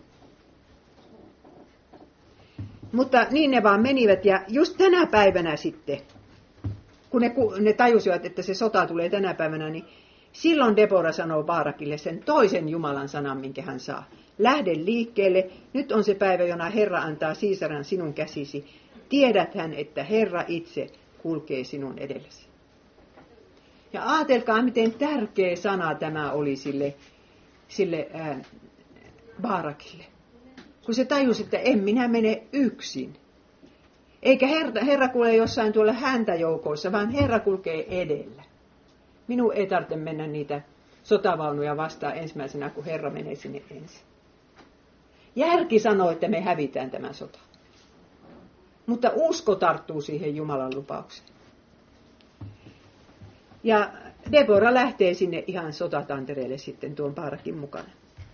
Mutta niin ne vaan menivät, ja just tänä päivänä sitten, kun ne, ne tajusivat, että se sota tulee tänä päivänä, niin silloin Debora sanoo Baarakille sen toisen Jumalan sanan, minkä hän saa. Lähde liikkeelle, nyt on se päivä, jona Herra antaa Siisaran sinun käsisi. Tiedäthän, että Herra itse kulkee sinun edellesi. Ja ajatelkaa, miten tärkeä sana tämä oli sille, sille ää, Baarakille. Kun se tajusi, että en minä mene yksin. Eikä Herra, Herra kulje jossain tuolla häntäjoukoissa, vaan Herra kulkee edellä. Minun ei tarvitse mennä niitä sotavaunuja vastaan ensimmäisenä, kun Herra menee sinne ensin. Järki sanoo, että me hävitään tämä sota. Mutta usko tarttuu siihen Jumalan lupaukseen. Ja Debora lähtee sinne ihan sotatantereelle sitten tuon Baarakin mukana.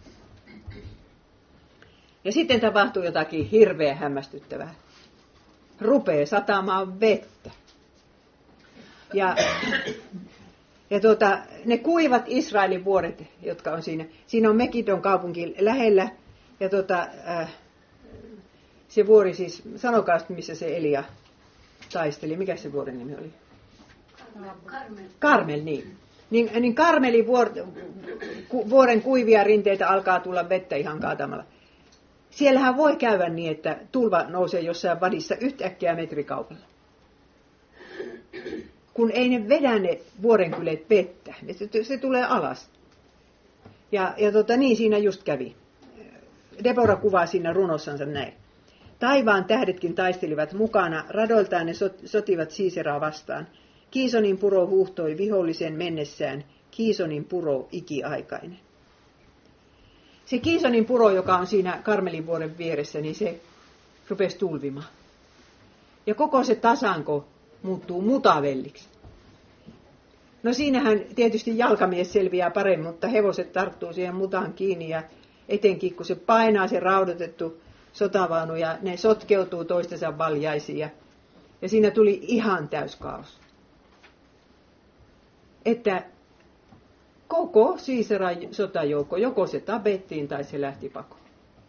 Ja sitten tapahtuu jotakin hirveän hämmästyttävää. Rupee satamaan vettä. Ja, ja tuota, ne kuivat Israelin vuoret, jotka on siinä. Siinä on Megidon kaupunki lähellä. Ja tuota, äh, se vuori siis, sanokaa missä se Elia taisteli. Mikä se vuoren nimi oli? Karmel. Karmel, niin. Niin, niin Karmelin vuor, ku, vuoren kuivia rinteitä alkaa tulla vettä ihan kaatamalla. Siellähän voi käydä niin, että tulva nousee jossain vadissa yhtäkkiä metrikaupalla. Kun ei ne vedä ne vuorenkylet vettä, se, se tulee alas. Ja, ja tota, niin siinä just kävi. Debora kuvaa siinä runossansa näin. Taivaan tähdetkin taistelivat mukana, radoiltaan ne sotivat Siiseraa vastaan. Kiisonin puro huuhtoi vihollisen mennessään, Kiisonin puro ikiaikainen. Se Kiisonin puro, joka on siinä Karmelin vuoren vieressä, niin se rupesi tulvimaan. Ja koko se tasanko muuttuu mutavelliksi. No siinähän tietysti jalkamies selviää paremmin, mutta hevoset tarttuu siihen mutaan kiinni ja etenkin kun se painaa se raudotettu sotavaunu ja ne sotkeutuu toistensa valjaisiin. Ja, ja siinä tuli ihan täyskaos. että koko Siiseran sotajoukko, joko se tapettiin tai se lähti pakoon.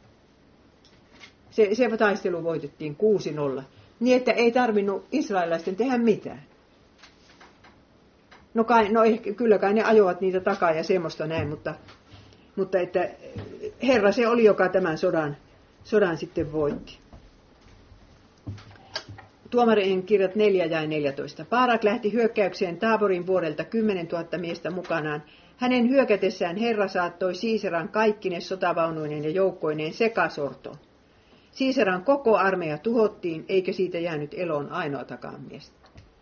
Se, se taistelu voitettiin kuusi nolla, niin että ei tarvinnut israelilaisten tehdä mitään. No, kai, no ehkä, kyllä kai ne ajoivat niitä takaa ja semmoista näin, mutta, mutta että Herra se oli, joka tämän sodan, sodan sitten voitti. Tuomarien kirjat neljä ja neljätoista. Baarak lähti hyökkäykseen Taaborin vuorelta kymmenentuhatta miestä mukanaan. Hänen hyökätessään Herra saattoi Siiseran kaikkine sotavaunuineen ja joukkoineen sekasortoon. Siiseran koko armeija tuhottiin, eikä siitä jäänyt eloon ainoatakaan miestä.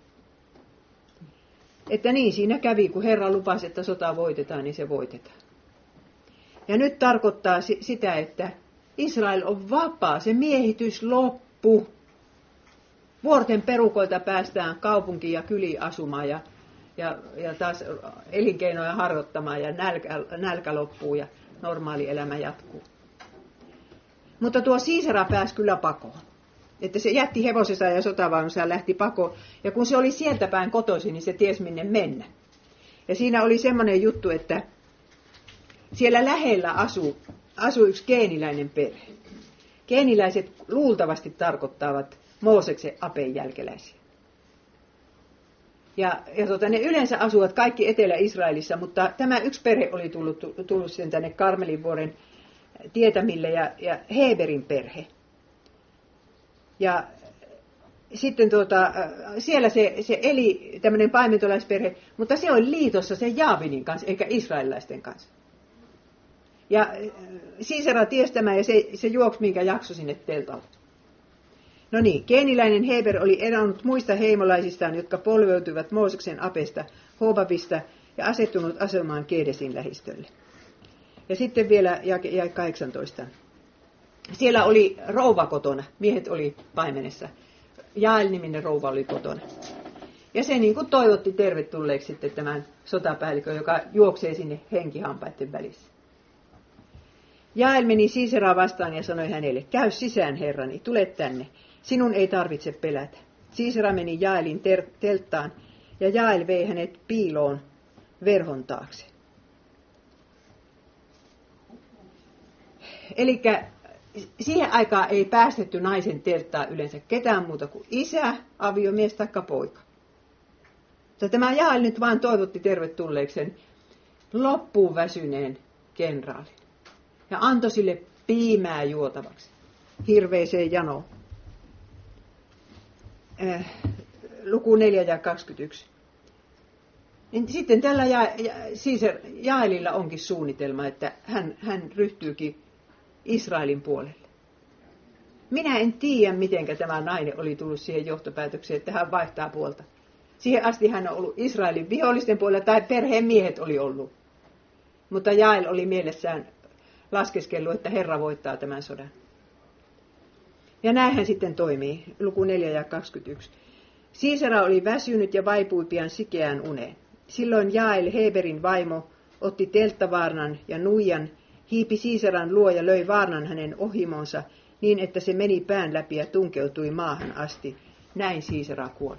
Että niin siinä kävi, kun Herra lupasi, että sota voitetaan, niin se voitetaan. Ja nyt tarkoittaa sitä, että Israel on vapaa, se miehitys loppu. Vuorten perukoilta päästään kaupunkiin ja kyliin asumaan ja, ja, ja taas elinkeinoja harjoittamaan ja nälkä, nälkä loppuu ja normaali elämä jatkuu. Mutta tuo Siisera pääsi kyllä pakoon. Että se jätti hevosensa ja sotavaununsa ja lähti pakoon. Ja kun se oli sieltä päin kotoisin, niin se tiesi minne mennä. Ja siinä oli semmoinen juttu, että siellä lähellä asui, asui yksi geeniläinen perhe. Geeniläiset luultavasti tarkoittavat Mooseksen apeen jälkeläisiä. Ja, ja tota, ne yleensä asuvat kaikki Etelä-Israelissa, mutta tämä yksi perhe oli tullut, tullut sen tänne Karmelinvuoren tietämille ja, ja Heberin perhe. Ja sitten tuota, siellä se, se eli tämmöinen paimentolaisperhe, mutta se oli liitossa sen Jaavinin kanssa, eikä israelilaisten kanssa. Ja Siisera tiesi tämän ja se, se juoksi minkä jakso sinne teltalle. No niin, geeniläinen Heber oli eronnut muista heimolaisistaan, jotka polveutuivat Mooseksen apesta Hobabista ja asettunut asumaan Kedesin lähistölle. Ja sitten vielä jae kahdeksantoista. Siellä oli rouva kotona, miehet oli paimenessa. Jael-niminen rouva oli kotona. Ja se niin kuin toivotti tervetulleeksi sitten tämän sotapäällikön, joka juoksee sinne henkihampaiden välissä. Jael meni Siiseraa vastaan ja sanoi hänelle, käy sisään herrani, tule tänne, sinun ei tarvitse pelätä. Siisera meni Jaelin ter- telttaan ja Jael vei hänet piiloon verhon taakse. Eli siihen aikaan ei päästetty naisen telttaa yleensä ketään muuta kuin isä, aviomies tai poika. Mutta tämä Jael nyt vaan toivotti tervetulleeksi sen loppuun väsyneen kenraalin. Ja antoi sille piimää juotavaksi. Hirveeseen janoon. Äh, luku neljä ja kaksikymmentäyksi. Sitten tällä ja, ja, siis Jaelilla onkin suunnitelma, että hän, hän ryhtyykin Israelin puolelle. Minä en tiedä, miten tämä nainen oli tullut siihen johtopäätökseen, että hän vaihtaa puolta. Siihen asti hän on ollut Israelin vihollisten puolella tai perheen miehet oli ollut. Mutta Jael oli mielessään laskeskellut, että Herra voittaa tämän sodan. Ja näinhän sitten toimii, luku neljä ja kaksikymmentäyksi. Siisera oli väsynyt ja vaipui pian sikeään uneen. Silloin Jael, Heberin vaimo, otti telttavaarnan ja nuijan, hiipi Siiseran luo ja löi vaarnan hänen ohimonsa niin, että se meni pään läpi ja tunkeutui maahan asti. Näin Siisera kuoli.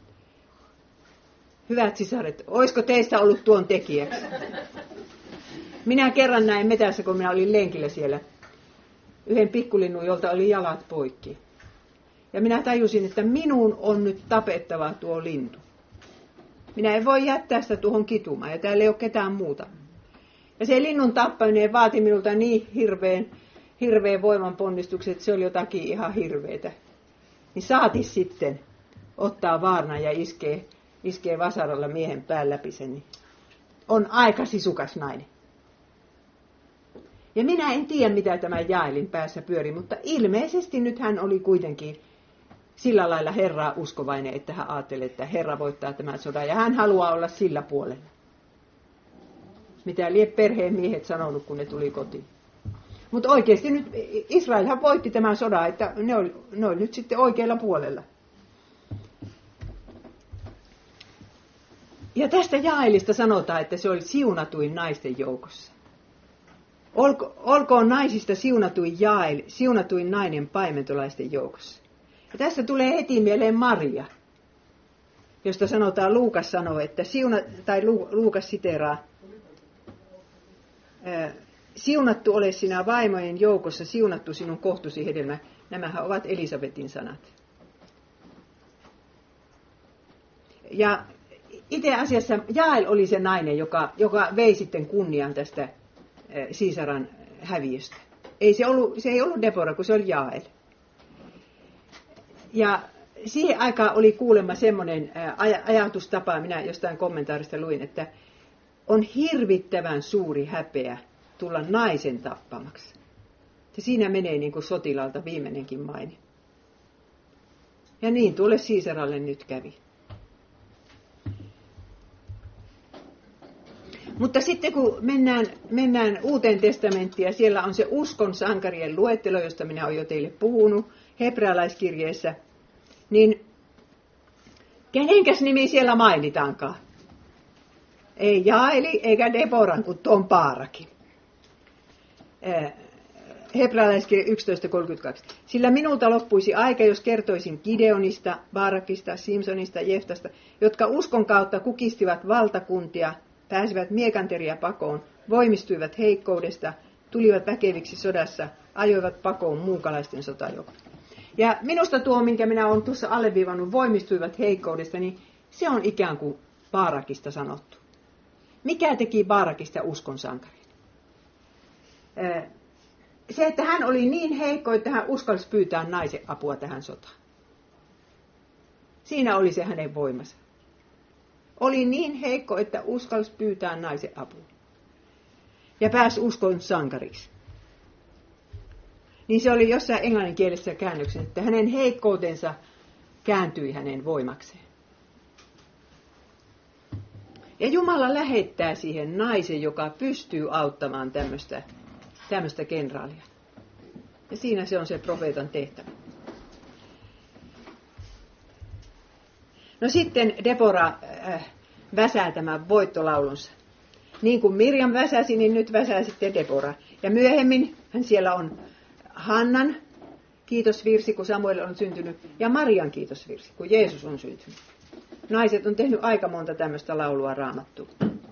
Hyvät sisaret, olisiko teistä ollut tuon tekijäksi? Minä kerran näin metässä, kun minä olin lenkillä siellä, yhden pikkulinnun, jolta oli jalat poikki. Ja minä tajusin, että minun on nyt tapettava tuo lintu. Minä en voi jättää sitä tuohon kitumaan, ja täällä ei ole ketään muuta. Ja se linnun tappaminen vaati minulta niin hirveän, hirveän voimanponnistuksen, että se oli jotakin ihan hirveetä. Niin saati sitten ottaa vaarnan ja iskee, iskee vasaralla miehen pään läpi sen. Niin on aika sisukas nainen. Ja minä en tiedä, mitä tämä Jaelin päässä pyöri, mutta ilmeisesti nyt hän oli kuitenkin sillä lailla Herraa uskovainen, että hän ajattelee, että Herra voittaa tämän sodan. Ja hän haluaa olla sillä puolella. Mitä lie perheen miehet sanonut, kun ne tuli kotiin. Mutta oikeasti nyt Israelhan voitti tämän sodan, että ne oli, ne oli nyt sitten oikealla puolella. Ja tästä Jaelista sanotaan, että se oli siunatuin naisten joukossa. Olko, olkoon naisista siunatuin Jael, siunatuin nainen paimentolaisten joukossa. Ja tässä tulee heti mieleen Maria. josta sanotaan, Luukas sanoo, että siuna, tai Lu, Luukas siteraa, siunattu ole sinä vaimojen joukossa, siunattu sinun kohtusi hedelmä. Nämähän ovat Elisabetin sanat. Ja itse asiassa Jael oli se nainen, joka, joka vei sitten kunnian tästä Siisaran häviöstä. Ei se, ollut, se ei ollut Debora, kun se oli Jael. Ja siihen aikaan oli kuulemma semmoinen aj- ajatustapa, minä jostain kommentaarista luin, että on hirvittävän suuri häpeä tulla naisen tappamaksi. Ja siinä menee niin kuin sotilaalta viimeinenkin maine. Ja niin tuolle Siisaralle nyt kävi. Mutta sitten kun mennään, mennään Uuteen testamenttiin ja siellä on se uskon sankarien luettelo, josta minä olen jo teille puhunut hebrealaiskirjeessä, niin kenenkäs nimi siellä mainitaankaan? Ei Jaeli eikä Deboran, kun tuon Baarakin. Hebrealaiskirje yksitoista kolmekymmentäkaksi. Sillä minulta loppuisi aika, jos kertoisin Gideonista, Baarakista, Simsonista, Jeftasta, jotka uskon kautta kukistivat valtakuntia, pääsivät miekanteria pakoon, voimistuivat heikkoudesta, tulivat väkeviksi sodassa, ajoivat pakoon muukalaisten sotajoukot. Ja minusta tuo, minkä minä olen tuossa alleviivannut, voimistuivat heikkoudesta, niin se on ikään kuin Baarakista sanottu. Mikä teki Baarakista uskon sankarin? Se, että hän oli niin heikko, että hän uskalsi pyytää naisen apua tähän sotaan. Siinä oli se hänen voimansa. Oli niin heikko, että uskalsi pyytää naisen apua. Ja pääsi uskon sankariksi. Niin se oli jossain englanninkielisessä käännöksessä, että hänen heikkoutensa kääntyi hänen voimakseen. Ja Jumala lähettää siihen naisen, joka pystyy auttamaan tämmöistä, tämmöistä kenraalia. Ja siinä se on se profeetan tehtävä. No sitten Debora äh, väsää tämän voittolaulunsa. Niin kuin Mirjam väsäsi, niin nyt väsää sitten Debora. Ja myöhemmin hän siellä on Hannan kiitosvirsi, kun Samuel on syntynyt, ja Marian kiitosvirsi, kun Jeesus on syntynyt. Naiset on tehnyt aika monta tämmöistä laulua Raamattua.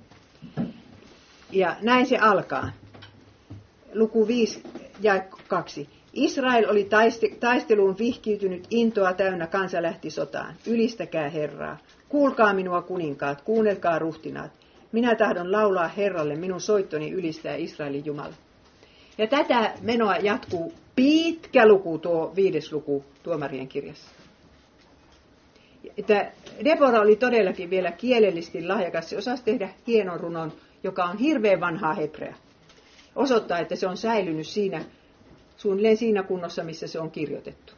Ja näin se alkaa. Luku viisi ja kaksi. Israel oli taisteluun vihkiytynyt, intoa täynnä, kansa lähti sotaan. Ylistäkää Herraa. Kuulkaa minua kuninkaat, kuunnelkaa ruhtinaat. Minä tahdon laulaa Herralle, minun soittoni ylistää Israelin Jumala. Ja tätä menoa jatkuu pitkä luku, tuo viides luku Tuomarien kirjassa. Että Debora oli todellakin vielä kielellisesti lahjakas. Se osasi tehdä hienon runon, joka on hirveän vanhaa hebrea. Osoittaa, että se on säilynyt siinä, suunnilleen siinä kunnossa, missä se on kirjoitettu.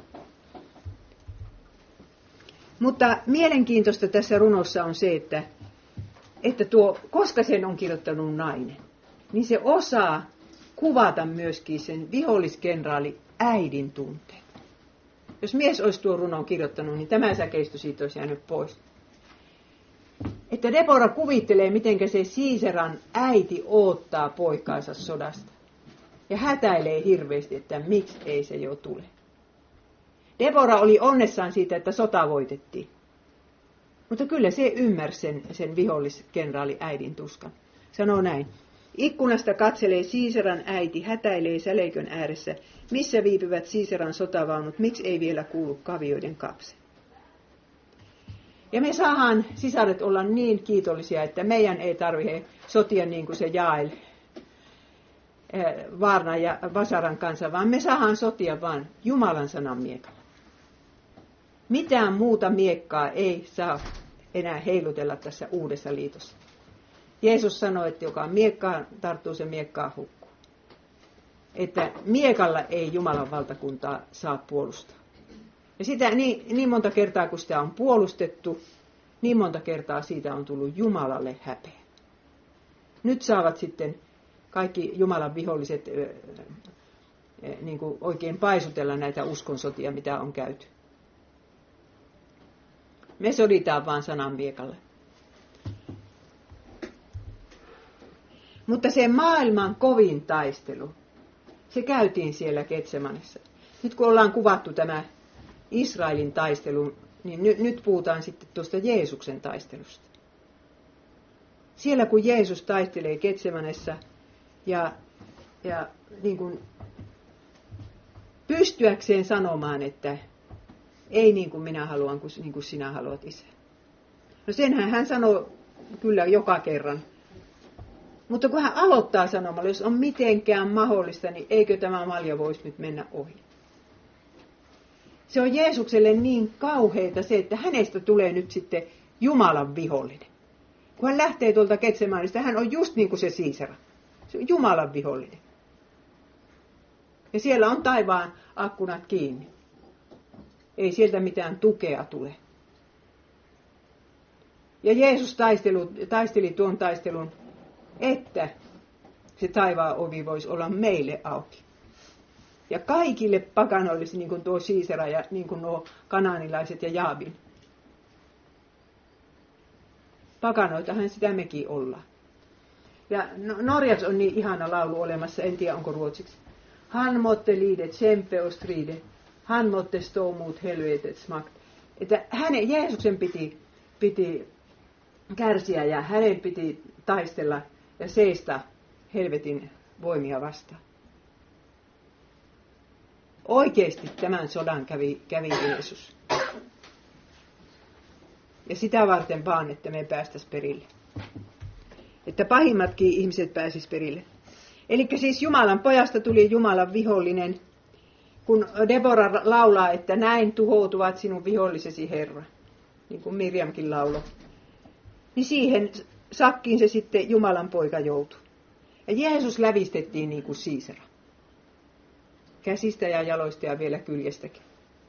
Mutta mielenkiintoista tässä runossa on se, että, että tuo, koska sen on kirjoittanut nainen, niin se osaa kuvata myöskin sen viholliskenraali äidin tunteet. Jos mies olisi tuo runon kirjoittanut, niin tämä säkeistö siitä olisi jäänyt pois. Että Debora kuvittelee, miten se Siiseran äiti oottaa poikaansa sodasta. Ja hätäilee hirveästi, että miksi ei se jo tule. Debora oli onnessaan siitä, että sota voitettiin. Mutta kyllä se ymmärsi sen, sen viholliskenraali äidin tuskan. Sanoo näin. Ikkunasta katselee Siiseran äiti, hätäilee säleikön ääressä. Missä viipyvät Siiseran sotavaunut, miksi ei vielä kuulu kavioiden kapse? Ja me saadaan sisaret olla niin kiitollisia, että meidän ei tarvitse sotia niin kuin se Jael Vaarnan ja Vasaran kanssa, vaan me saadaan sotia vaan Jumalan sanan miekalla. Mitään muuta miekkaa ei saa enää heilutella tässä uudessa liitossa. Jeesus sanoi, että joka miekkaan tarttuu, se miekkaa hukkuu. Että miekalla ei Jumalan valtakuntaa saa puolustaa. Ja sitä niin, niin monta kertaa, kun sitä on puolustettu, niin monta kertaa siitä on tullut Jumalalle häpeä. Nyt saavat sitten kaikki Jumalan viholliset ö, ö, niin kuin oikein paisutella näitä uskonsotia, mitä on käyty. Me soditaan vaan sanan miekalla. Mutta se maailman kovin taistelu, se käytiin siellä Getsemanessa. Nyt kun ollaan kuvattu tämä Israelin taistelu niin nyt, nyt puhutaan sitten tuosta Jeesuksen taistelusta. Siellä kun Jeesus taistelee Getsemanessa ja, ja niin kuin pystyäkseen sanomaan, että ei niin kuin minä haluan, kuin niin kuin sinä haluat, Isä. No senhän hän sanoo kyllä joka kerran. Mutta kun hän aloittaa sanomalla, jos on mitenkään mahdollista, niin eikö tämä malja voisi nyt mennä ohi? Se on Jeesukselle niin kauheita se, että hänestä tulee nyt sitten Jumalan vihollinen. Kun hän lähtee tuolta Getsemanista, hän on just niin kuin se Siisera. Se on Jumalan vihollinen. Ja siellä on taivaan akkunat kiinni. Ei sieltä mitään tukea tule. Ja Jeesus taistelu, taisteli tuon taistelun, että se taivaan ovi voisi olla meille auki. Ja kaikille pakanoille, niin kuin tuo Siisera ja niin kuin nuo kanaanilaiset ja Jaabin. Pakanoitahan sitä mekin ollaan. Ja Norjassa on niin ihana laulu olemassa, en tiedä onko ruotsiksi. Han måtte lide, kämpe och stride. Han måtte stå mot helvetets makt. Että hänen, Jeesuksen piti, piti kärsiä ja hänen piti taistella ja seistä helvetin voimia vastaan. Oikeasti tämän sodan kävi, kävi Jeesus. Ja sitä varten vaan, että me päästäisiin perille. Että pahimmatkin ihmiset pääsis perille. Eli siis Jumalan pojasta tuli Jumalan vihollinen, kun Deborah laulaa, että näin tuhoutuvat sinun vihollisesi, Herra. Niin kuin Mirjamkin lauloi. Niin siihen sakkiin se sitten Jumalan poika joutui. Ja Jeesus lävistettiin niin kuin Siisera. Käsistä ja jaloista ja vielä kyljestäkin.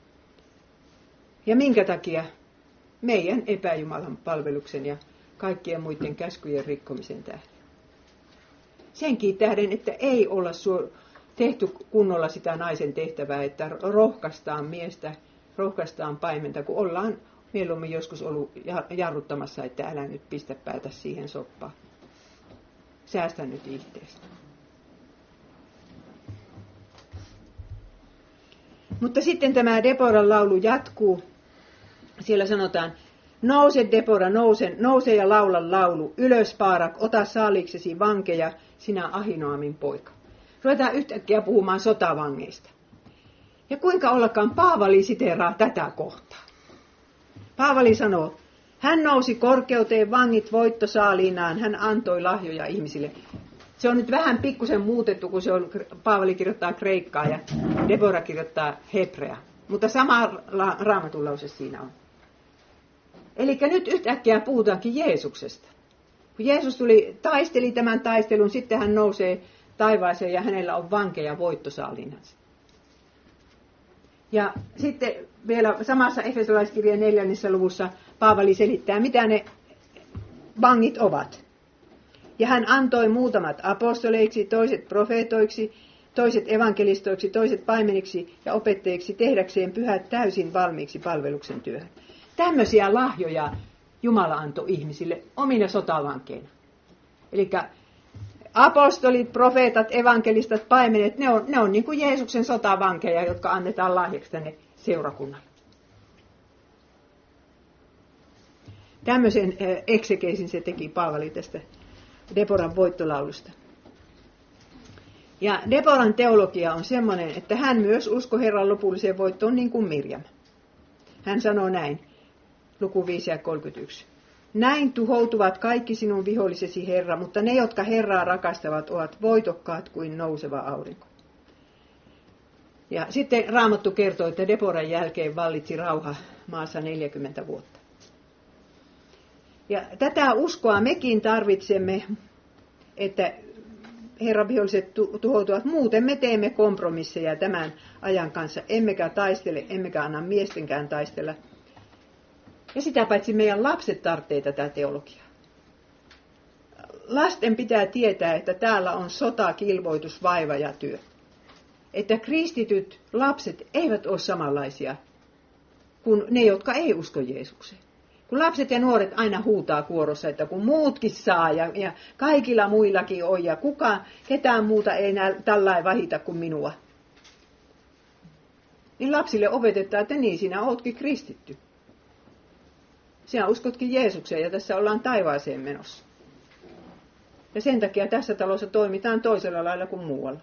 Ja minkä takia? Meidän epäjumalan palveluksen ja kaikkien muiden käskyjen rikkomisen tähden. Senkin tähden, että ei olla tehty kunnolla sitä naisen tehtävää, että rohkaistaan miestä, rohkaistaan paimenta, kun ollaan mieluummin joskus ollut jarruttamassa, että älä nyt pistä päätä siihen soppaan. Säästä nyt ihteestä. Mutta sitten tämä Deborah laulu jatkuu. Siellä sanotaan, nouse Deborah, nouse, nouse ja laula laulu, ylös Baarak, ota saaliksesi vankeja, sinä Ahinoamin poika. Ruvetaan yhtäkkiä puhumaan sotavangeista. Ja kuinka ollakaan Paavali siteeraa tätä kohtaa. Paavali sanoo, hän nousi korkeuteen, vangit voittosaaliinaan, hän antoi lahjoja ihmisille. Se on nyt vähän pikkusen muutettu, kun se on, Paavali kirjoittaa kreikkaa ja Deborah kirjoittaa hebreaa. Mutta sama raamatun lause siinä on. Eli nyt yhtäkkiä puhutaankin Jeesuksesta. Kun Jeesus tuli, taisteli tämän taistelun, sitten hän nousee taivaaseen ja hänellä on vankeja voittosaaliinansa. Ja sitten vielä samassa Efesolaiskirjeen neljännessä luvussa Paavali selittää, mitä ne vangit ovat. Ja hän antoi muutamat apostoleiksi, toiset profeetoiksi, toiset evankelistoiksi, toiset paimeniksi ja opettajiksi tehdäkseen pyhät täysin valmiiksi palveluksen työhön. Tämmöisiä lahjoja Jumala antoi ihmisille omina sotavankeina. Eli apostolit, profeetat, evankelistat, paimenet, ne on, ne on niin kuin Jeesuksen sotavankeja, jotka annetaan lahjaksi tänne seurakunnalle. Tämmöisen eksegeesin se teki Paavali tästä Deborahn voittolaulusta. Ja Deborahn teologia on semmoinen, että hän myös uskoi Herran lopulliseen voittoon niin kuin Mirjam. Hän sanoo näin, luku viisi ja kolmekymmentäyksi. Näin tuhoutuvat kaikki sinun vihollisesi, Herra, mutta ne, jotka Herraa rakastavat, ovat voitokkaat kuin nouseva aurinko. Ja sitten Raamattu kertoo, että Deborahn jälkeen vallitsi rauha maassa neljäkymmentä vuotta. Ja tätä uskoa mekin tarvitsemme, että Herran viholliset tuhoutuvat. Muuten me teemme kompromisseja tämän ajan kanssa, emmekä taistele, emmekä anna miestenkään taistella. Ja sitä paitsi meidän lapset tarvitsee tätä teologiaa. Lasten pitää tietää, että täällä on sota, kilvoitus, vaiva ja työ. Että kristityt lapset eivät ole samanlaisia kuin ne, jotka ei usko Jeesukseen. Kun lapset ja nuoret aina huutaa kuorossa, että kun muutkin saa ja, ja kaikilla muillakin on ja kukaan, ketään muuta ei nää, tällainen vahita kuin minua. Niin lapsille opetetaan, että niin sinä ootkin kristitty. Sinä uskotkin Jeesukseen ja tässä ollaan taivaaseen menossa. Ja sen takia tässä talossa toimitaan toisella lailla kuin muualla.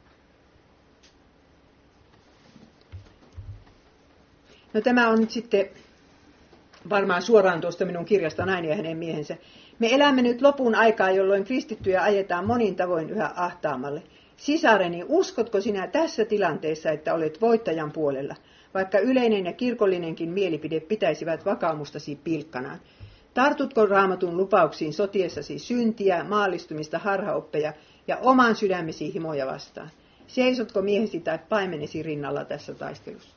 No tämä on nyt sitten varmaan suoraan tuosta minun kirjasta Nainen ja hänen miehensä. Me elämme nyt lopun aikaa, jolloin kristittyjä ajetaan monin tavoin yhä ahtaamalle. Sisareni, uskotko sinä tässä tilanteessa, että olet voittajan puolella, vaikka yleinen ja kirkollinenkin mielipide pitäisivät vakaumustasi pilkkanaan? Tartutko Raamatun lupauksiin sotiessasi syntiä, maallistumista, harhaoppeja ja oman sydämesi himoja vastaan? Seisotko miehesi tai paimenesi rinnalla tässä taistelussa?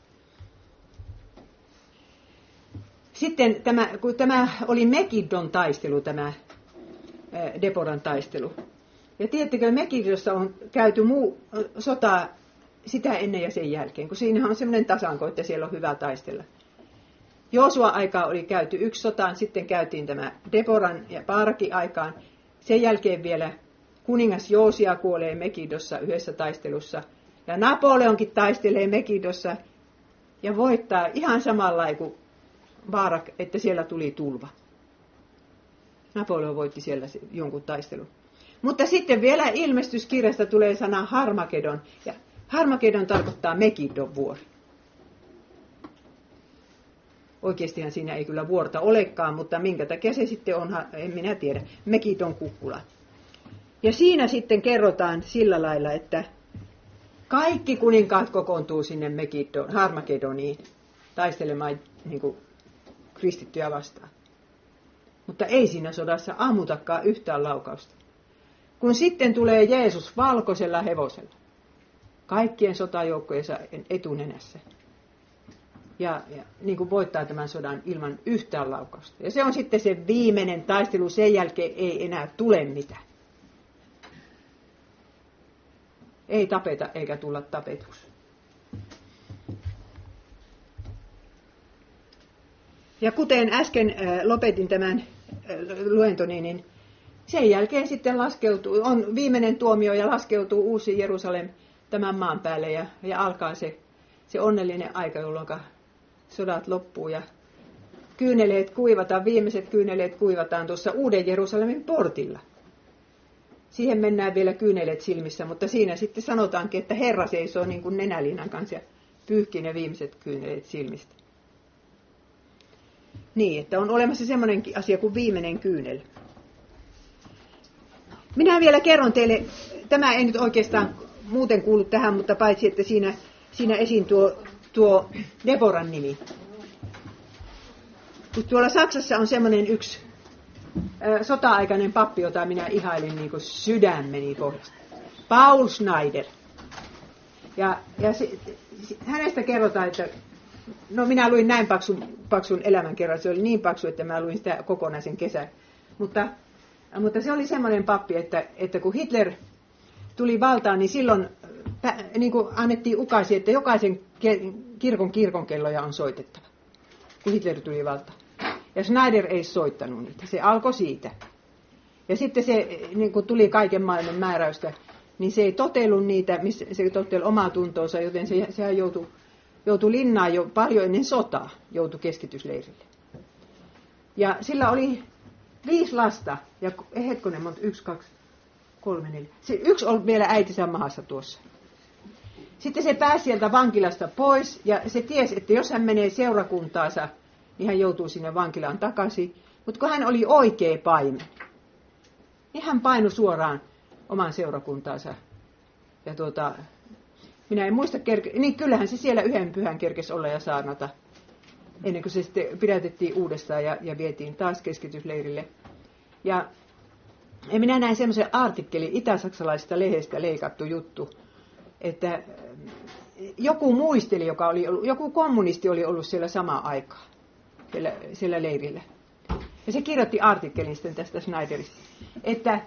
Sitten tämä, kun tämä oli Megiddon taistelu, tämä Deporan taistelu. Ja tiedättekö, Megiddossa on käyty muu sota sitä ennen ja sen jälkeen, kun siinä on semmoinen tasanko, että siellä on hyvä taistella. Joosua-aikaa oli käyty yksi sotaan, sitten käytiin tämä Deporan ja Baarakin aikaan. Sen jälkeen vielä kuningas Joosia kuolee Megiddossa yhdessä taistelussa. Ja Napoleonkin taistelee Megiddossa ja voittaa ihan samalla kuin Baarak, että siellä tuli tulva. Napoleon voitti siellä jonkun taistelun. Mutta sitten vielä ilmestyskirjasta tulee sana Harmagedon. Ja Harmagedon tarkoittaa Megiddon vuori. Oikeastihan siinä ei kyllä vuorta olekaan, mutta minkä takia se sitten on, en minä tiedä, Megiddon kukkula. Ja siinä sitten kerrotaan sillä lailla, että kaikki kuninkaat kokoontuu sinne Megiddon, Harmagedoniin taistelemaan niin kuin kristittyjä vastaan. Mutta ei siinä sodassa ammutakaan yhtään laukausta. Kun sitten tulee Jeesus valkoisella hevosella, kaikkien sotajoukkojensa etunenässä, ja, ja niin kuin voittaa tämän sodan ilman yhtään laukausta. Ja se on sitten se viimeinen taistelu, sen jälkeen ei enää tule mitään. Ei tapeta eikä tulla tapetuksi. Ja kuten äsken lopetin tämän luentoni, niin sen jälkeen sitten laskeutuu, on viimeinen tuomio ja laskeutuu uusi Jerusalem tämän maan päälle ja, ja alkaa se, se onnellinen aika, jolloin sodat loppuu ja kyyneleet kuivataan, viimeiset kyyneleet kuivataan tuossa Uuden Jerusalemin portilla. Siihen mennään vielä kyyneleet silmissä, mutta siinä sitten sanotaankin, että Herra seisoo niin kuin nenäliinan kanssa ja pyyhkii ne viimeiset kyyneleet silmistä. Niin, että on olemassa semmoinenkin asia kuin viimeinen kyynel. Minä vielä kerron teille, tämä ei nyt oikeastaan muuten kuulu tähän, mutta paitsi että siinä, siinä esiin tuo, tuo Deporan nimi. Kun tuolla Saksassa on semmoinen yksi ä, sota-aikainen pappi, jota minä ihailin niin kuin sydämeni pohjasta. Paul Schneider. Ja, ja se, se, hänestä kerrotaan, että no minä luin näin paksun, paksun elämänkerran, se oli niin paksu, että mä luin sitä kokonaisen kesän. Mutta, mutta se oli semmoinen pappi, että, että kun Hitler tuli valtaan, niin silloin niin kuin annettiin ukaisi, että jokaisen kirkon kirkonkelloja on soitettava, kun Hitler tuli valtaan. Ja Schneider ei soittanut niitä, se alkoi siitä. Ja sitten se niin kuin tuli kaiken maailman määräystä, niin se ei totellut niitä, missä se toteli omaa tuntoonsa, joten se, sehän joutui joutui linnaan jo paljon ennen sotaa, joutui keskitysleirille. Ja sillä oli viisi lasta, ja hetkonen monta, yksi, kaksi, kolme, neljä. Se yksi oli vielä äitinsä mahassa tuossa. Sitten se pääsi sieltä vankilasta pois, ja se tiesi, että jos hän menee seurakuntaansa, niin hän joutuu sinne vankilaan takaisin. Mutta kun hän oli oikea paimen, niin hän painui suoraan oman seurakuntaansa. Ja tuota... Minä en muista, kerke- niin kyllähän se siellä yhden pyhän kerkesi olla ja saarnata, ennen kuin se sitten pidätettiin uudestaan ja, ja vietiin taas keskitysleirille. Ja, ja minä näin semmoisen artikkelin itä-saksalaisesta lehdestä leikattu juttu, että joku muisteli, joka oli ollut, joku kommunisti oli ollut siellä samaan aikaan, siellä, siellä leirillä. Ja se kirjoitti artikkelin sitten tästä Schneiderista, että...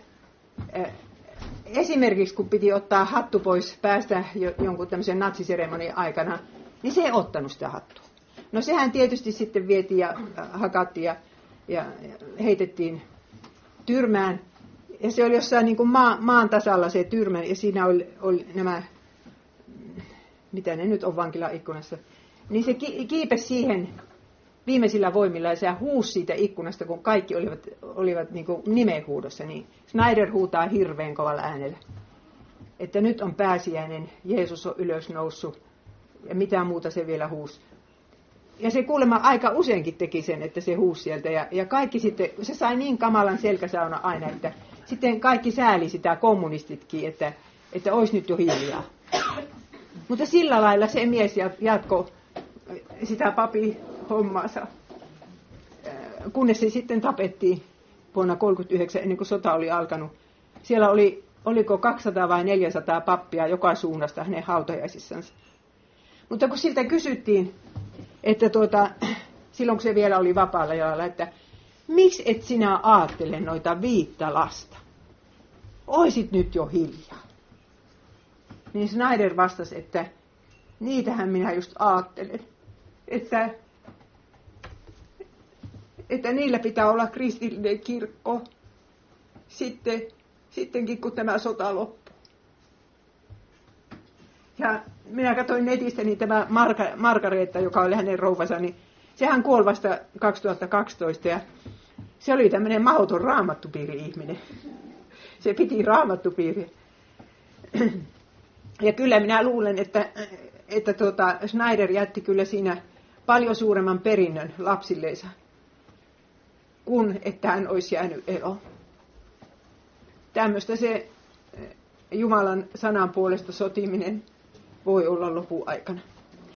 Esimerkiksi kun piti ottaa hattu pois päästä jonkun tämmöisen natsiseremonian aikana, niin se ei ottanut sitä hattua. No sehän tietysti sitten vietiin ja hakattiin ja, ja heitettiin tyrmään. Ja se oli jossain niin kuin maa, maan tasalla se tyrmä ja siinä oli, oli nämä, mitä ne nyt on vankilan ikkunassa. Niin se kiipesi siihen viimeisillä voimilla ja se huusi siitä ikkunasta, kun kaikki olivat, olivat niin kuin nimenhuudossa, niin Schneider huutaa hirveän kovalla äänellä, että nyt on pääsiäinen, Jeesus on ylös noussut ja mitä muuta se vielä huusi. Ja se kuulemma aika useinkin teki sen, että se huusi sieltä ja, ja kaikki sitten, se sai niin kamalan selkäsauna aina, että sitten kaikki sääli sitä kommunistitkin, että, että olisi nyt jo hiljaa. Mutta sillä lailla se mies jatkoi sitä papin hommaansa, kunnes se sitten tapettiin vuonna tuhatyhdeksänsataakolmekymmentäyhdeksän, ennen kuin sota oli alkanut. Siellä oli, oliko kaksisataa vai neljäsataa pappia joka suunnasta hänen hautajaisissansa. Mutta kun siltä kysyttiin, että tuota, silloin kun se vielä oli vapaalla jalalla, että miksi et sinä aattele noita viittä lasta? Oisit nyt jo hiljaa. Niin Schneider vastasi, että niitähän minä just aattelen, että, että niillä pitää olla kristillinen kirkko sitten, sittenkin, kun tämä sota loppuu. Ja minä katsoin netistä, niin tämä Marka, Margareetta, joka oli hänen rouvansa, niin sehän kuoli vasta kaksituhattakaksitoista ja se oli tämmöinen mahdoton raamattupiiri-ihminen. Se piti raamattupiiriä. Ja kyllä minä luulen, että, että tuota, Schneider jätti kyllä siinä paljon suuremman perinnön lapsilleensa, kuin että hän olisi jäänyt eloon. Tämmöistä se Jumalan sanan puolesta sotiminen voi olla lopun aikana.